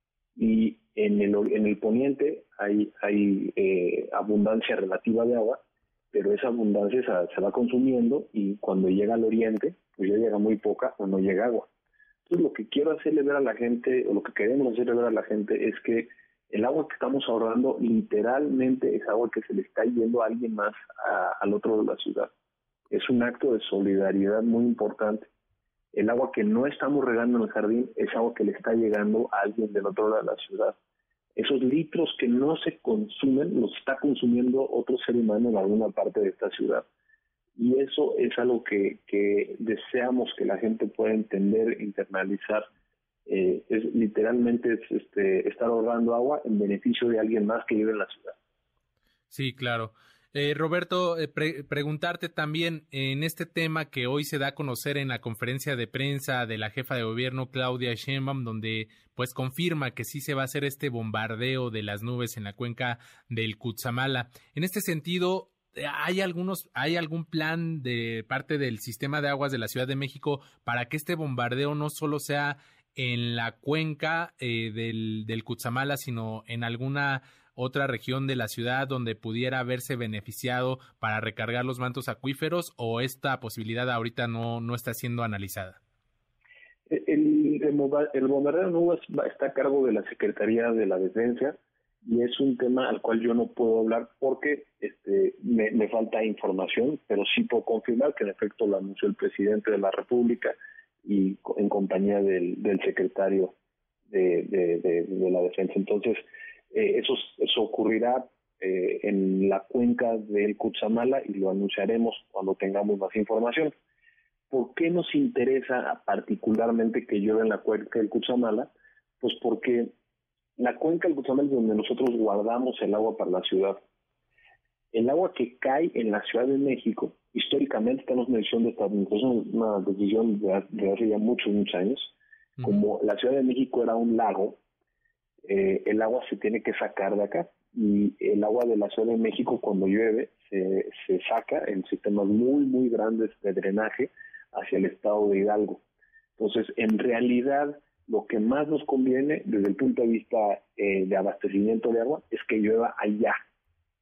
Y en el, en el poniente hay, hay eh, abundancia relativa de agua, pero esa abundancia se, se va consumiendo y cuando llega al oriente, pues ya llega muy poca o no llega agua. Entonces lo que quiero hacerle ver a la gente, o lo que queremos hacerle ver a la gente es que el agua que estamos ahorrando literalmente es agua que se le está yendo a alguien más a, al otro lado de la ciudad. Es un acto de solidaridad muy importante. El agua que no estamos regando en el jardín es agua que le está llegando a alguien del otro lado de la ciudad. Esos litros que no se consumen los está consumiendo otro ser humano en alguna parte de esta ciudad. Y eso es algo que, que deseamos que la gente pueda entender, internalizar. Eh, es literalmente es, este, estar ahorrando agua en beneficio de alguien más que vive en la ciudad. Sí, claro. Eh, Roberto, eh, pre- preguntarte también en este tema que hoy se da a conocer en la conferencia de prensa de la jefa de gobierno Claudia Sheinbaum, donde pues confirma que sí se va a hacer este bombardeo de las nubes en la cuenca del Cutzamala. En este sentido, ¿hay algunos, hay algún plan de parte del sistema de aguas de la Ciudad de México para que este bombardeo no solo sea en la cuenca eh, del, del Cutzamala, sino en alguna otra región de la ciudad donde pudiera haberse beneficiado para recargar los mantos acuíferos, o esta posibilidad ahorita no, no está siendo analizada? El, el, el bombardeo de nubes está a cargo de la Secretaría de la Defensa y es un tema al cual yo no puedo hablar porque este, me, me falta información, pero sí puedo confirmar que en efecto lo anunció el presidente de la República y en compañía del, del secretario de, de, de, de la Defensa. Entonces, Eh, eso, eso ocurrirá eh, en la cuenca del Cutzamala y lo anunciaremos cuando tengamos más información. ¿Por qué nos interesa particularmente que llueva en la cuenca del Cutzamala? Pues porque la cuenca del Cutzamala es donde nosotros guardamos el agua para la ciudad. El agua que cae en la Ciudad de México, históricamente tenemos una decisión de esta, una decisión de, de hace ya muchos, muchos años, uh-huh. Como la Ciudad de México era un lago, Eh, el agua se tiene que sacar de acá y el agua de la Ciudad de México cuando llueve se, se saca en sistemas muy muy grandes de drenaje hacia el estado de Hidalgo. Entonces, en realidad, lo que más nos conviene desde el punto de vista eh, de abastecimiento de agua es que llueva allá,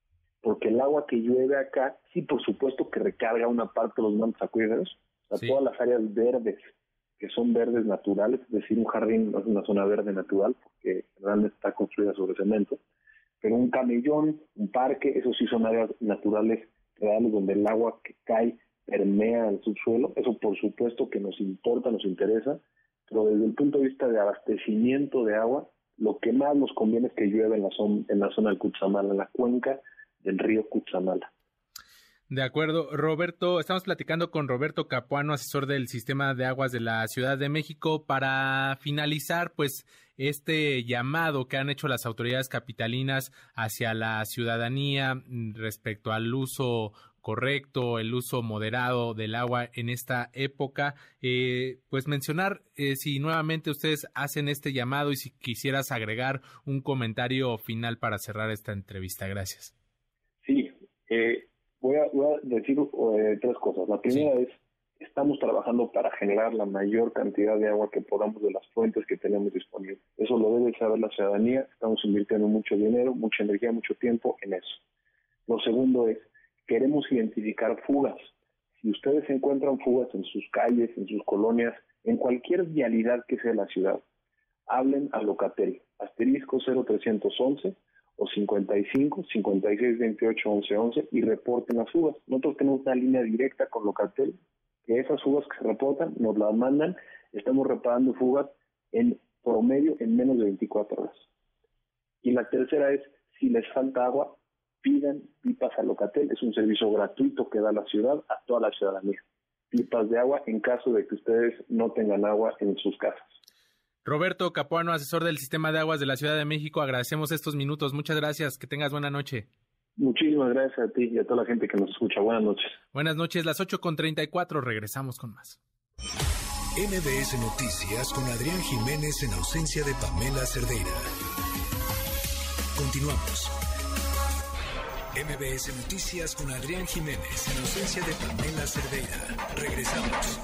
porque el agua que llueve acá, sí, por supuesto que recarga una parte de los mantos acuíferos, o sea, sí. Todas las áreas verdes, que son verdes naturales, es decir, un jardín no es una zona verde natural, porque realmente está construida sobre cemento, pero un camellón, un parque, eso sí son áreas naturales reales donde el agua que cae permea el subsuelo. Eso por supuesto que nos importa, nos interesa, pero desde el punto de vista de abastecimiento de agua, lo que más nos conviene es que llueva en la zona, en la zona del Cutzamala, en la cuenca del río Cutzamala. De acuerdo, Roberto, estamos platicando con Roberto Capuano, asesor del Sistema de Aguas de la Ciudad de México, para finalizar, pues, este llamado que han hecho las autoridades capitalinas hacia la ciudadanía respecto al uso correcto, el uso moderado del agua en esta época. Eh, pues mencionar eh, si nuevamente ustedes hacen este llamado y si quisieras agregar un comentario final para cerrar esta entrevista. Gracias. Sí, eh, voy, a, voy a decir eh, tres cosas. La primera sí. es, estamos trabajando para generar la mayor cantidad de agua que podamos de las fuentes que tenemos disponibles. Eso lo debe saber la ciudadanía. Estamos invirtiendo mucho dinero, mucha energía, mucho tiempo en eso. Lo segundo es, queremos identificar fugas. Si ustedes encuentran fugas en sus calles, en sus colonias, en cualquier vialidad que sea la ciudad, hablen a Locatel, asterisco cero trescientos once o cincuenta y cinco, cincuenta y seis, veintiocho, once, once y reporten las fugas. Nosotros tenemos una línea directa con Locatel, que esas fugas que se reportan nos las mandan. Estamos reparando fugas en promedio en menos de veinticuatro horas. Y la tercera es, si les falta agua, pidan pipas a Locatel, es un servicio gratuito que da la ciudad a toda la ciudadanía. Pipas de agua en caso de que ustedes no tengan agua en sus casas. Roberto Capuano, asesor del Sistema de Aguas de la Ciudad de México, agradecemos estos minutos. Muchas gracias, que tengas buena noche. Muchísimas gracias a ti y a toda la gente que nos escucha. Buenas noches. Buenas noches, las ocho con treinta y cuatro, regresamos con más. M B S Noticias con Adrián Jiménez en ausencia de Pamela Cerdeira. Continuamos. M B S Noticias con Adrián Jiménez en ausencia de Pamela Cerdeira. Regresamos.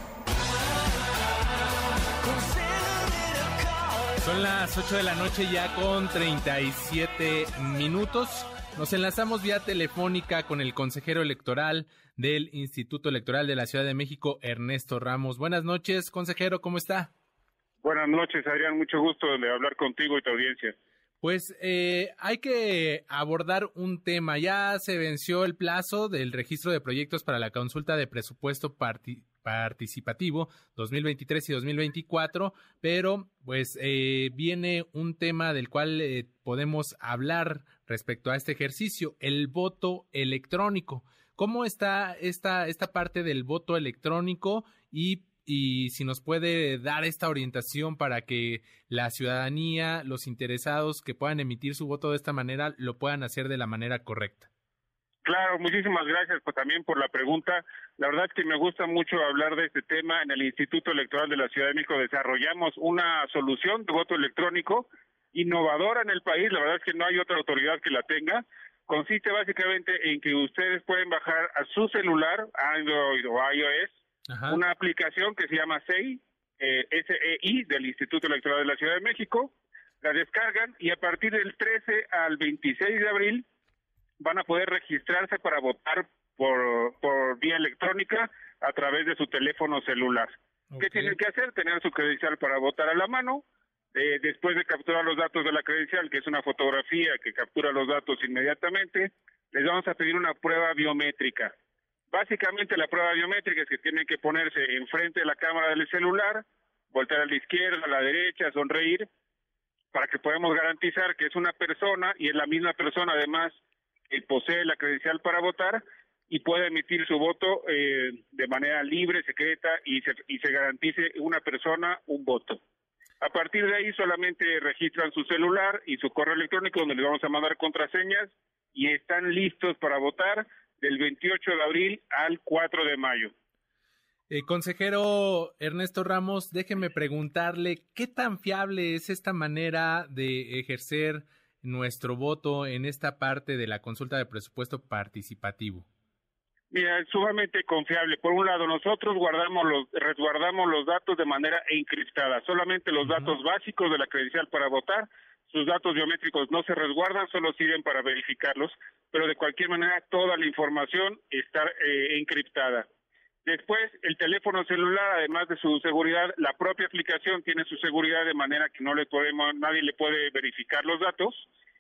Son las ocho de la noche ya con treinta y siete minutos. Nos enlazamos vía telefónica con el consejero electoral del Instituto Electoral de la Ciudad de México, Ernesto Ramos. Buenas noches, consejero, ¿cómo está? Buenas noches, Adrián, mucho gusto de hablar contigo y tu audiencia. Pues eh, hay que abordar un tema. Ya se venció el plazo del registro de proyectos para la consulta de presupuesto parti- participativo dos mil veintitrés y dos mil veinticuatro, pero pues eh, viene un tema del cual eh, podemos hablar respecto a este ejercicio, el voto electrónico. ¿Cómo está esta, esta parte del voto electrónico y y si nos puede dar esta orientación para que la ciudadanía, los interesados que puedan emitir su voto de esta manera, lo puedan hacer de la manera correcta? Claro, muchísimas gracias pues, también por la pregunta. La verdad es que me gusta mucho hablar de este tema. En el Instituto Electoral de la Ciudad de México desarrollamos una solución de voto electrónico innovadora en el país. La verdad es que no hay otra autoridad que la tenga. Consiste básicamente en que ustedes pueden bajar a su celular, Android o iOS, Ajá. una aplicación que se llama S E I, eh, S E I, del Instituto Electoral de la Ciudad de México, la descargan y a partir del trece al veintiséis de abril van a poder registrarse para votar por, por vía electrónica a través de su teléfono celular. Okay. ¿Qué tienen que hacer? Tener su credencial para votar a la mano, eh, después de capturar los datos de la credencial, que es una fotografía que captura los datos inmediatamente, les vamos a pedir una prueba biométrica. Básicamente la prueba biométrica es que tienen que ponerse enfrente de la cámara del celular, voltear a la izquierda, a la derecha, sonreír, para que podamos garantizar que es una persona y es la misma persona además que posee la credencial para votar y puede emitir su voto eh, de manera libre, secreta y se, y se garantice una persona, un voto. A partir de ahí solamente registran su celular y su correo electrónico donde les vamos a mandar contraseñas y están listos para votar del veintiocho de abril al cuatro de mayo. Eh, consejero Ernesto Ramos, déjeme preguntarle, ¿qué tan fiable es esta manera de ejercer nuestro voto en esta parte de la consulta de presupuesto participativo? Mira, es sumamente confiable. Por un lado, nosotros guardamos los, resguardamos los datos de manera encriptada. Solamente los uh-huh. datos básicos de la credencial para votar sus datos biométricos no se resguardan, solo sirven para verificarlos, pero de cualquier manera toda la información está eh, encriptada. Después, el teléfono celular, además de su seguridad, la propia aplicación tiene su seguridad de manera que no le podemos, nadie le puede verificar los datos.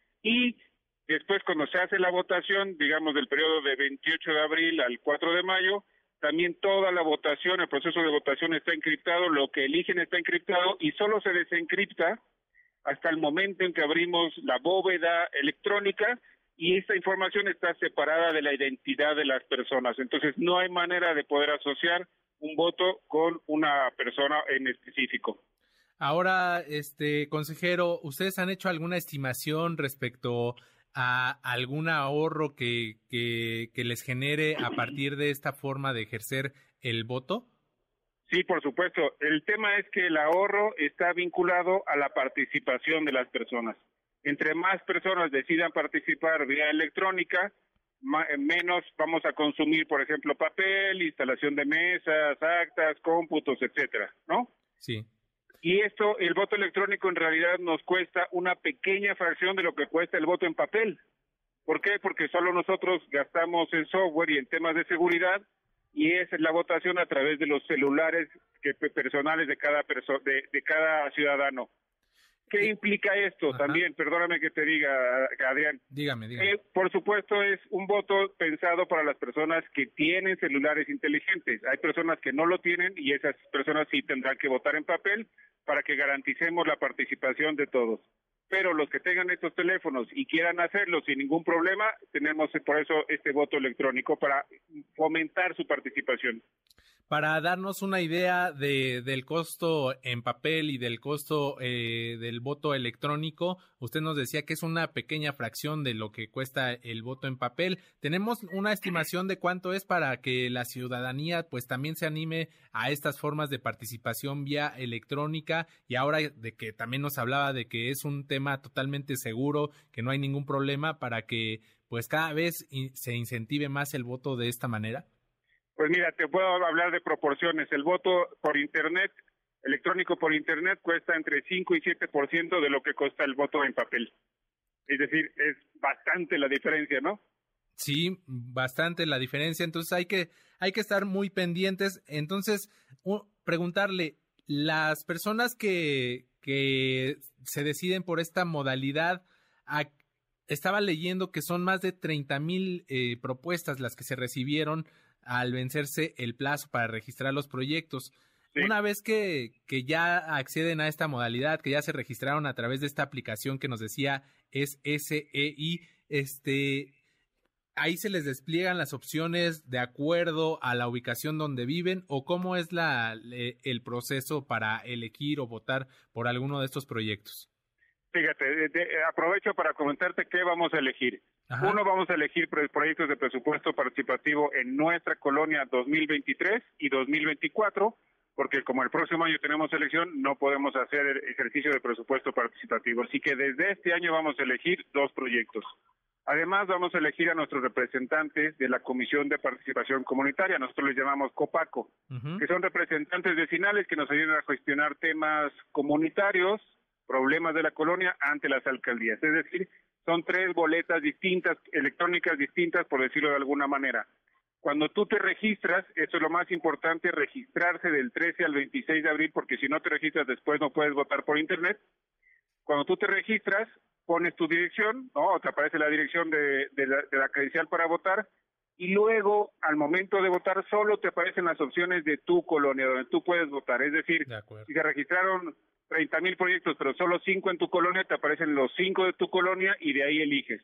Y después, cuando se hace la votación, digamos del periodo de veintiocho de abril al cuatro de mayo, también toda la votación, el proceso de votación está encriptado, lo que eligen está encriptado y solo se desencripta hasta el momento en que abrimos la bóveda electrónica y esta información está separada de la identidad de las personas. Entonces, no hay manera de poder asociar un voto con una persona en específico. Ahora, este consejero, ¿ustedes han hecho alguna estimación respecto a algún ahorro que, que, que les genere a partir de esta forma de ejercer el voto? Sí, por supuesto. El tema es que el ahorro está vinculado a la participación de las personas. Entre más personas decidan participar vía electrónica, más, menos vamos a consumir, por ejemplo, papel, instalación de mesas, actas, cómputos, etcétera, ¿no? Sí. Y esto, el voto electrónico en realidad nos cuesta una pequeña fracción de lo que cuesta el voto en papel. ¿Por qué? Porque solo nosotros gastamos en software y en temas de seguridad y es la votación a través de los celulares que, personales de cada perso de, de cada ciudadano. ¿Qué implica esto? Ajá. También, perdóname que te diga, Adrián. Dígame, dígame. Eh, por supuesto, es un voto pensado para las personas que tienen celulares inteligentes. Hay personas que no lo tienen y esas personas sí tendrán que votar en papel para que garanticemos la participación de todos. Pero los que tengan estos teléfonos y quieran hacerlo sin ningún problema, tenemos por eso este voto electrónico para fomentar su participación. Para darnos una idea de, del costo en papel y del costo eh, del voto electrónico, usted nos decía que es una pequeña fracción de lo que cuesta el voto en papel. ¿Tenemos una estimación de cuánto es para que la ciudadanía pues también se anime a estas formas de participación vía electrónica? Y ahora de que también nos hablaba de que es un tema totalmente seguro, que no hay ningún problema para que pues cada vez se incentive más el voto de esta manera. Pues mira, te puedo hablar de proporciones. El voto por Internet, electrónico por Internet, cuesta entre cinco y siete por ciento de lo que cuesta el voto en papel. Es decir, es bastante la diferencia, ¿no? Sí, bastante la diferencia. Entonces hay que, hay que estar muy pendientes. Entonces, uh, preguntarle, las personas que, que se deciden por esta modalidad, a, estaba leyendo que son más de treinta mil eh, propuestas las que se recibieron al vencerse el plazo para registrar los proyectos. Sí. Una vez que, que ya acceden a esta modalidad, que ya se registraron a través de esta aplicación que nos decía es S E I, este, ahí se les despliegan las opciones de acuerdo a la ubicación donde viven, o cómo es la, el proceso para elegir o votar por alguno de estos proyectos. Fíjate, de, de, aprovecho para comentarte qué vamos a elegir. Ajá. Uno, vamos a elegir proyectos de presupuesto participativo en nuestra colonia dos mil veintitrés y dos mil veinticuatro, porque como el próximo año tenemos elección, no podemos hacer el ejercicio de presupuesto participativo. Así que desde este año vamos a elegir dos proyectos. Además, vamos a elegir a nuestros representantes de la Comisión de Participación Comunitaria, nosotros les llamamos COPACO, uh-huh. que son representantes vecinales que nos ayudan a gestionar temas comunitarios, problemas de la colonia ante las alcaldías. Es decir, son tres boletas distintas, electrónicas distintas, por decirlo de alguna manera. Cuando tú te registras, eso es lo más importante, registrarse del trece al veintiséis de abril, porque si no te registras después no puedes votar por internet. Cuando tú te registras, pones tu dirección, ¿no? Te aparece la dirección de, de, la, de la credencial para votar, y luego, al momento de votar, solo te aparecen las opciones de tu colonia, donde tú puedes votar. Es decir, si se registraron treinta mil proyectos, pero solo cinco en tu colonia, te aparecen los cinco de tu colonia y de ahí eliges.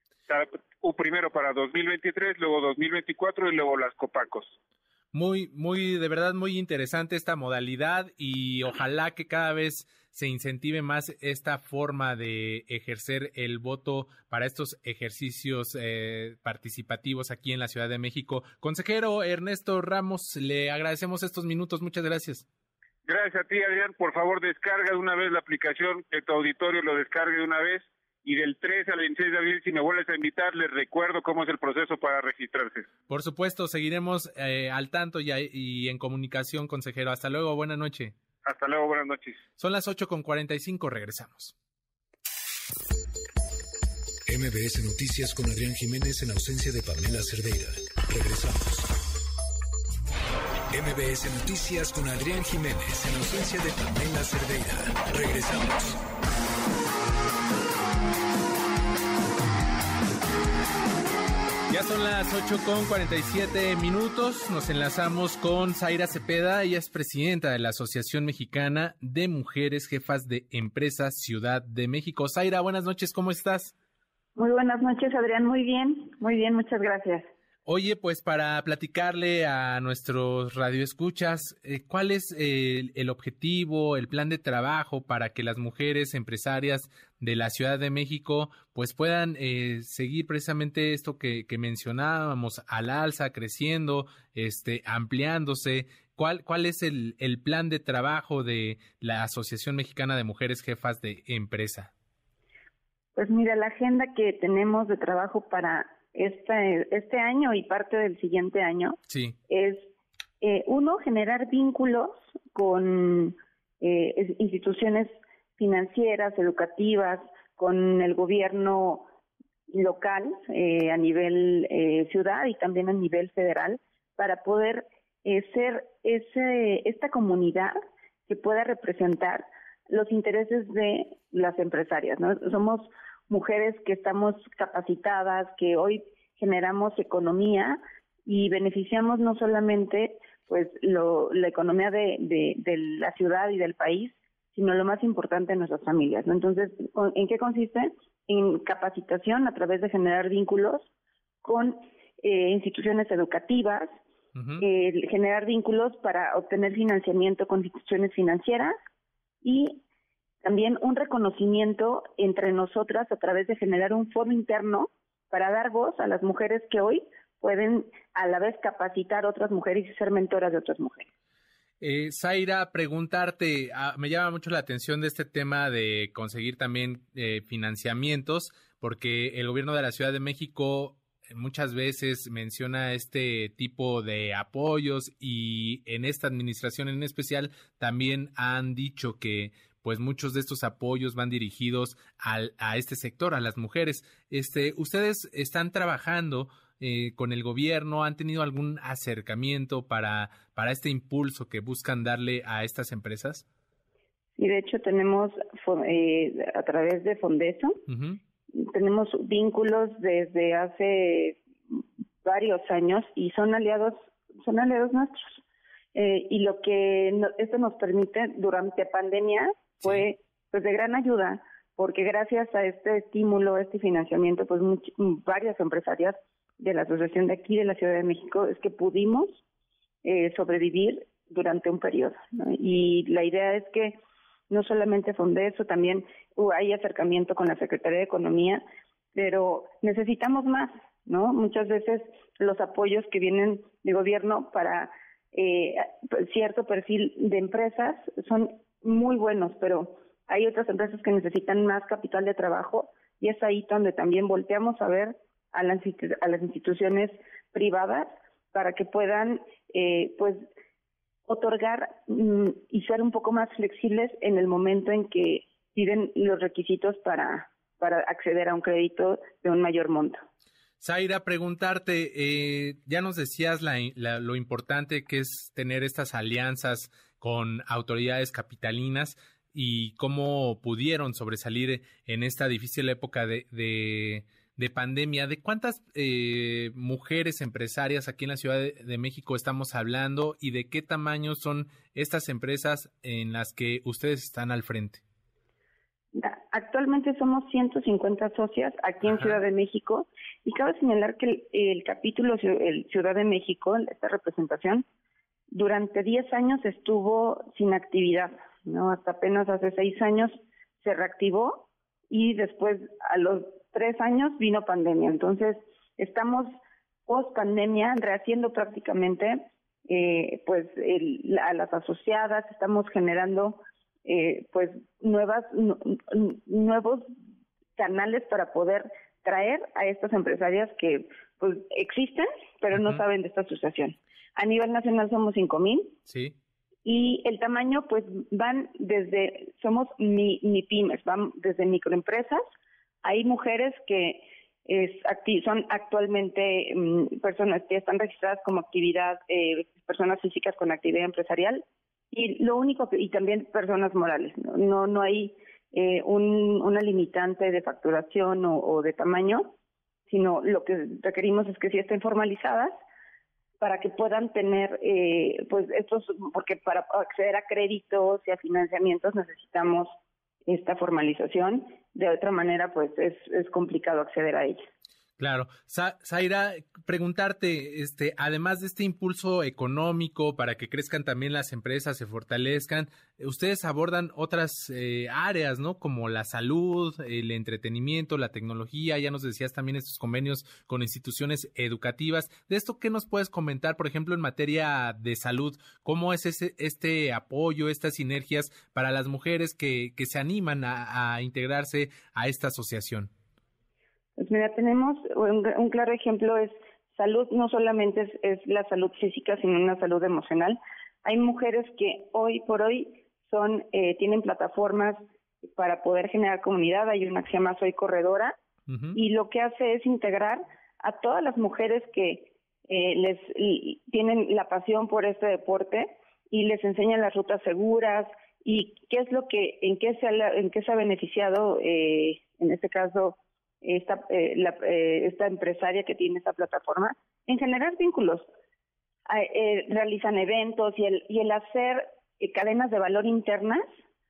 O primero para dos mil veintitrés, luego dos mil veinticuatro y luego las COPACOS. Muy, muy, de verdad muy interesante esta modalidad y ojalá que cada vez se incentive más esta forma de ejercer el voto para estos ejercicios eh, participativos aquí en la Ciudad de México. Consejero Ernesto Ramos, le agradecemos estos minutos. Muchas gracias. Gracias a ti, Adrián. Por favor, descarga de una vez la aplicación, que tu auditorio lo descargue de una vez. Y del trece al veintiséis de abril, si me vuelves a invitar, les recuerdo cómo es el proceso para registrarse. Por supuesto, seguiremos eh, al tanto y, y en comunicación, consejero. Hasta luego, buena noche. Hasta luego, buenas noches. Son las ocho con cuarenta y cinco, regresamos. M B S Noticias con Adrián Jiménez en ausencia de Pamela Cerdeira. Regresamos. M B S Noticias con Adrián Jiménez en ausencia de Pamela Cerdeira. Regresamos. Ya son las ocho con cuarenta y siete minutos. Nos enlazamos con Zaira Cepeda. Ella es presidenta de la Asociación Mexicana de Mujeres Jefas de Empresas Ciudad de México. Zaira, buenas noches, ¿cómo estás? Muy buenas noches, Adrián. Muy bien, muy bien, muchas gracias. Oye, pues para platicarle a nuestros radioescuchas, eh, ¿cuál es eh, el objetivo, el plan de trabajo para que las mujeres empresarias de la Ciudad de México pues puedan eh, seguir precisamente esto que, que mencionábamos, al alza, creciendo, este, ampliándose? ¿Cuál, cuál es el, el plan de trabajo de la Asociación Mexicana de Mujeres Jefas de Empresa? Pues mira, la agenda que tenemos de trabajo para Este, este año y parte del siguiente año sí. es, eh, uno, generar vínculos con eh, instituciones financieras, educativas, con el gobierno local eh, a nivel eh, ciudad y también a nivel federal, para poder eh, ser ese esta comunidad que pueda representar los intereses de las empresarias, ¿no? Somos mujeres que estamos capacitadas, que hoy generamos economía y beneficiamos no solamente pues lo, la economía de, de, de la ciudad y del país, sino lo más importante, nuestras familias, ¿no? Entonces, ¿en qué consiste? En capacitación a través de generar vínculos con eh, instituciones educativas, uh-huh. eh, generar vínculos para obtener financiamiento con instituciones financieras y también un reconocimiento entre nosotras a través de generar un foro interno para dar voz a las mujeres que hoy pueden a la vez capacitar a otras mujeres y ser mentoras de otras mujeres. Eh, Zaira, preguntarte, ah, me llama mucho la atención de este tema de conseguir también eh, financiamientos, porque el gobierno de la Ciudad de México muchas veces menciona este tipo de apoyos y en esta administración en especial también han dicho que pues muchos de estos apoyos van dirigidos al, a este sector, a las mujeres. Este, ¿ustedes están trabajando eh, con el gobierno? ¿Han tenido algún acercamiento para, para este impulso que buscan darle a estas empresas? Y de hecho tenemos eh, a través de Fondeso, uh-huh. tenemos vínculos desde hace varios años y son aliados, son aliados nuestros. Eh, y lo que no, esto nos permite durante pandemia fue pues de gran ayuda, porque gracias a este estímulo, a este financiamiento, pues much, varias empresarias de la asociación de aquí de la Ciudad de México es que pudimos eh, sobrevivir durante un periodo, ¿no? Y la idea es que no solamente Fondeso, también uh, hay acercamiento con la Secretaría de Economía, pero necesitamos más, ¿no? Muchas veces los apoyos que vienen de gobierno para eh, cierto perfil de empresas son muy buenos, pero hay otras empresas que necesitan más capital de trabajo y es ahí donde también volteamos a ver a las, a las instituciones privadas para que puedan eh, pues otorgar mm, y ser un poco más flexibles en el momento en que piden los requisitos para, para acceder a un crédito de un mayor monto. Zaira, preguntarte, eh, ya nos decías la, la, lo importante que es tener estas alianzas con autoridades capitalinas y cómo pudieron sobresalir en esta difícil época de, de, de pandemia. ¿De cuántas eh, mujeres empresarias aquí en la Ciudad de, de México estamos hablando y de qué tamaño son estas empresas en las que ustedes están al frente? Actualmente somos ciento cincuenta socias aquí en Ajá. Ciudad de México y cabe señalar que el, el capítulo el Ciudad de México, esta representación, durante diez años estuvo sin actividad, ¿no? Hasta apenas hace seis años se reactivó y después a los tres años vino pandemia. Entonces estamos post pandemia rehaciendo prácticamente eh, pues el, a las asociadas, estamos generando eh, pues nuevas n- nuevos canales para poder traer a estas empresarias que pues existen pero uh-huh. no saben de esta asociación. A nivel nacional somos cinco mil. Sí. Y el tamaño, pues, van desde, somos mi, mi pymes, van desde microempresas Hay mujeres que es acti- son actualmente um, personas que están registradas como actividad, eh, personas físicas con actividad empresarial, y lo único que, y también personas morales. No, no, no hay eh, un, una limitante de facturación o, o de tamaño, sino lo que requerimos es que sí estén formalizadas para que puedan tener, eh, pues estos, porque para acceder a créditos y a financiamientos necesitamos esta formalización. De otra manera, pues es, es complicado acceder a ella. Claro. Sa- Zaira, preguntarte, este, además de este impulso económico para que crezcan también las empresas, se fortalezcan, ustedes abordan otras eh, áreas, ¿no? Como la salud, el entretenimiento, la tecnología, ya nos decías también estos convenios con instituciones educativas. De esto, ¿qué nos puedes comentar, por ejemplo, en materia de salud? ¿Cómo es ese, este apoyo, estas sinergias para las mujeres que, que se animan a, a integrarse a esta asociación? Pues mira, tenemos un, un claro ejemplo, es salud, no solamente es, es la salud física, sino una salud emocional. Hay mujeres que hoy por hoy son eh, tienen plataformas para poder generar comunidad. Hay una que se llama Soy Corredora, uh-huh. y lo que hace es integrar a todas las mujeres que eh, les y, tienen la pasión por este deporte y les enseñan las rutas seguras y qué es lo que, en qué se ha, en qué se ha beneficiado, eh, en este caso, esta eh, la, eh, esta empresaria que tiene esta plataforma, en generar vínculos, eh, eh, realizan eventos y el y el hacer eh, cadenas de valor internas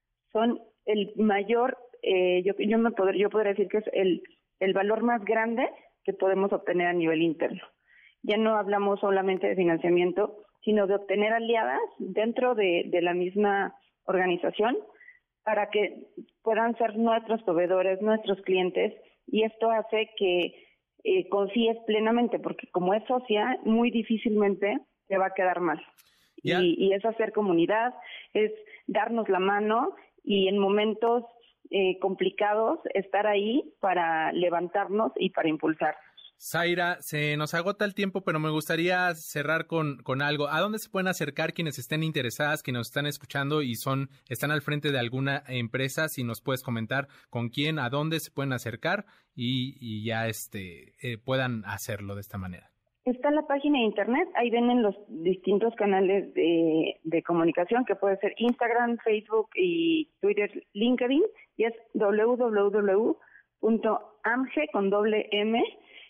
son el mayor, eh, yo yo me poder, yo podría decir que es el el valor más grande que podemos obtener a nivel interno. Ya no hablamos solamente de financiamiento, sino de obtener aliadas dentro de, de la misma organización para que puedan ser nuestros proveedores, nuestros clientes. Y esto hace que eh, confíes plenamente, porque como es socia, muy difícilmente te va a quedar mal. Yeah. Y, y es hacer comunidad, es darnos la mano y en momentos eh, complicados estar ahí para levantarnos y para impulsar. Zaira, se nos agota el tiempo, pero me gustaría cerrar con, con algo. ¿A dónde se pueden acercar quienes estén interesadas, quienes nos están escuchando y son están al frente de alguna empresa? Si nos puedes comentar con quién, a dónde se pueden acercar y, y ya este eh, puedan hacerlo de esta manera. Está en la página de internet, ahí vienen los distintos canales de, de comunicación, que puede ser Instagram, Facebook y Twitter, LinkedIn, y es doble u doble u doble u punto amge con doble m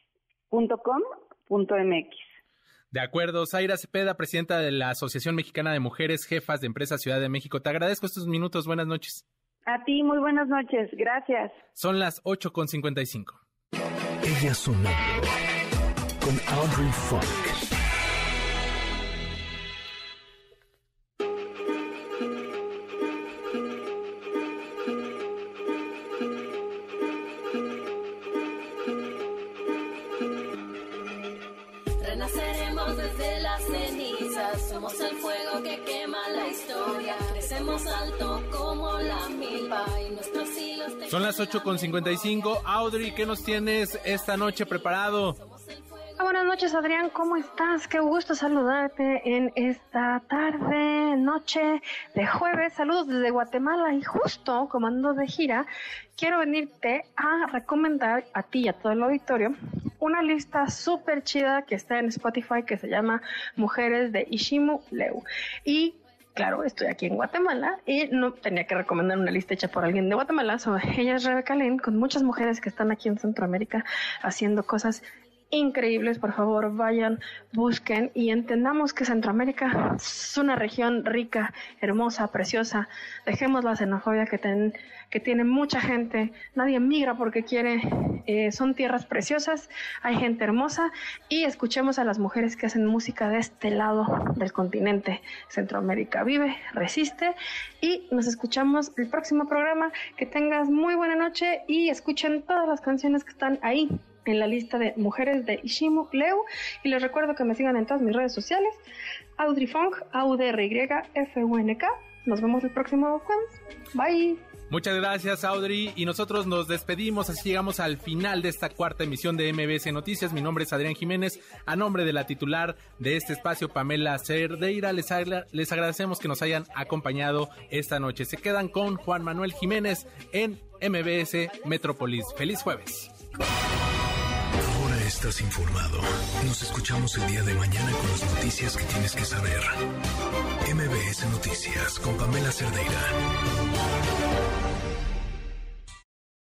punto com punto m x. De acuerdo. Zaira Cepeda, presidenta de la Asociación Mexicana de Mujeres Jefas de Empresa Ciudad de México. Te agradezco estos minutos. Buenas noches. A ti, muy buenas noches. Gracias. Son las ocho con cincuenta y cinco. Ella sonando con Audrey Funk. Somos el fuego que quema la historia, crecemos alto como la milpa y nuestros hilos... Son las ocho con cincuenta y cinco. Audrey, ¿qué nos tienes esta noche preparado? Ah, buenas noches, Adrián, ¿cómo estás? Qué gusto saludarte en esta tarde, noche de jueves. Saludos desde Guatemala y justo como ando de gira, quiero venirte a recomendar a ti y a todo el auditorio una lista súper chida que está en Spotify que se llama Mujeres de Ishimu Leu. Y claro, estoy aquí en Guatemala y no tenía que recomendar una lista hecha por alguien de Guatemala. So, ella es Rebeca Lane, con muchas mujeres que están aquí en Centroamérica haciendo cosas increíbles. Por favor, vayan, busquen y entendamos que Centroamérica es una región rica, hermosa, preciosa. Dejemos la xenofobia que, ten, que tiene mucha gente. Nadie migra porque quiere. Eh, son tierras preciosas, hay gente hermosa y escuchemos a las mujeres que hacen música de este lado del continente. Centroamérica vive, resiste y nos escuchamos el próximo programa. Que tengas muy buena noche y escuchen todas las canciones que están ahí en la lista de Mujeres de Ishimu Leu, y les recuerdo que me sigan en todas mis redes sociales, Audrey Funk, A U D R Y F U N K. Nos vemos el próximo jueves. Bye. Muchas gracias, Audrey, y nosotros nos despedimos, así llegamos al final de esta cuarta emisión de M B S Noticias. Mi nombre es Adrián Jiménez, a nombre de la titular de este espacio, Pamela Cerdeira, les, agra- les agradecemos que nos hayan acompañado esta noche. Se quedan con Juan Manuel Jiménez en M B S Metrópolis. ¡Feliz jueves! Ahora estás informado. Nos escuchamos el día de mañana con las noticias que tienes que saber. M B S Noticias con Pamela Cerdeira.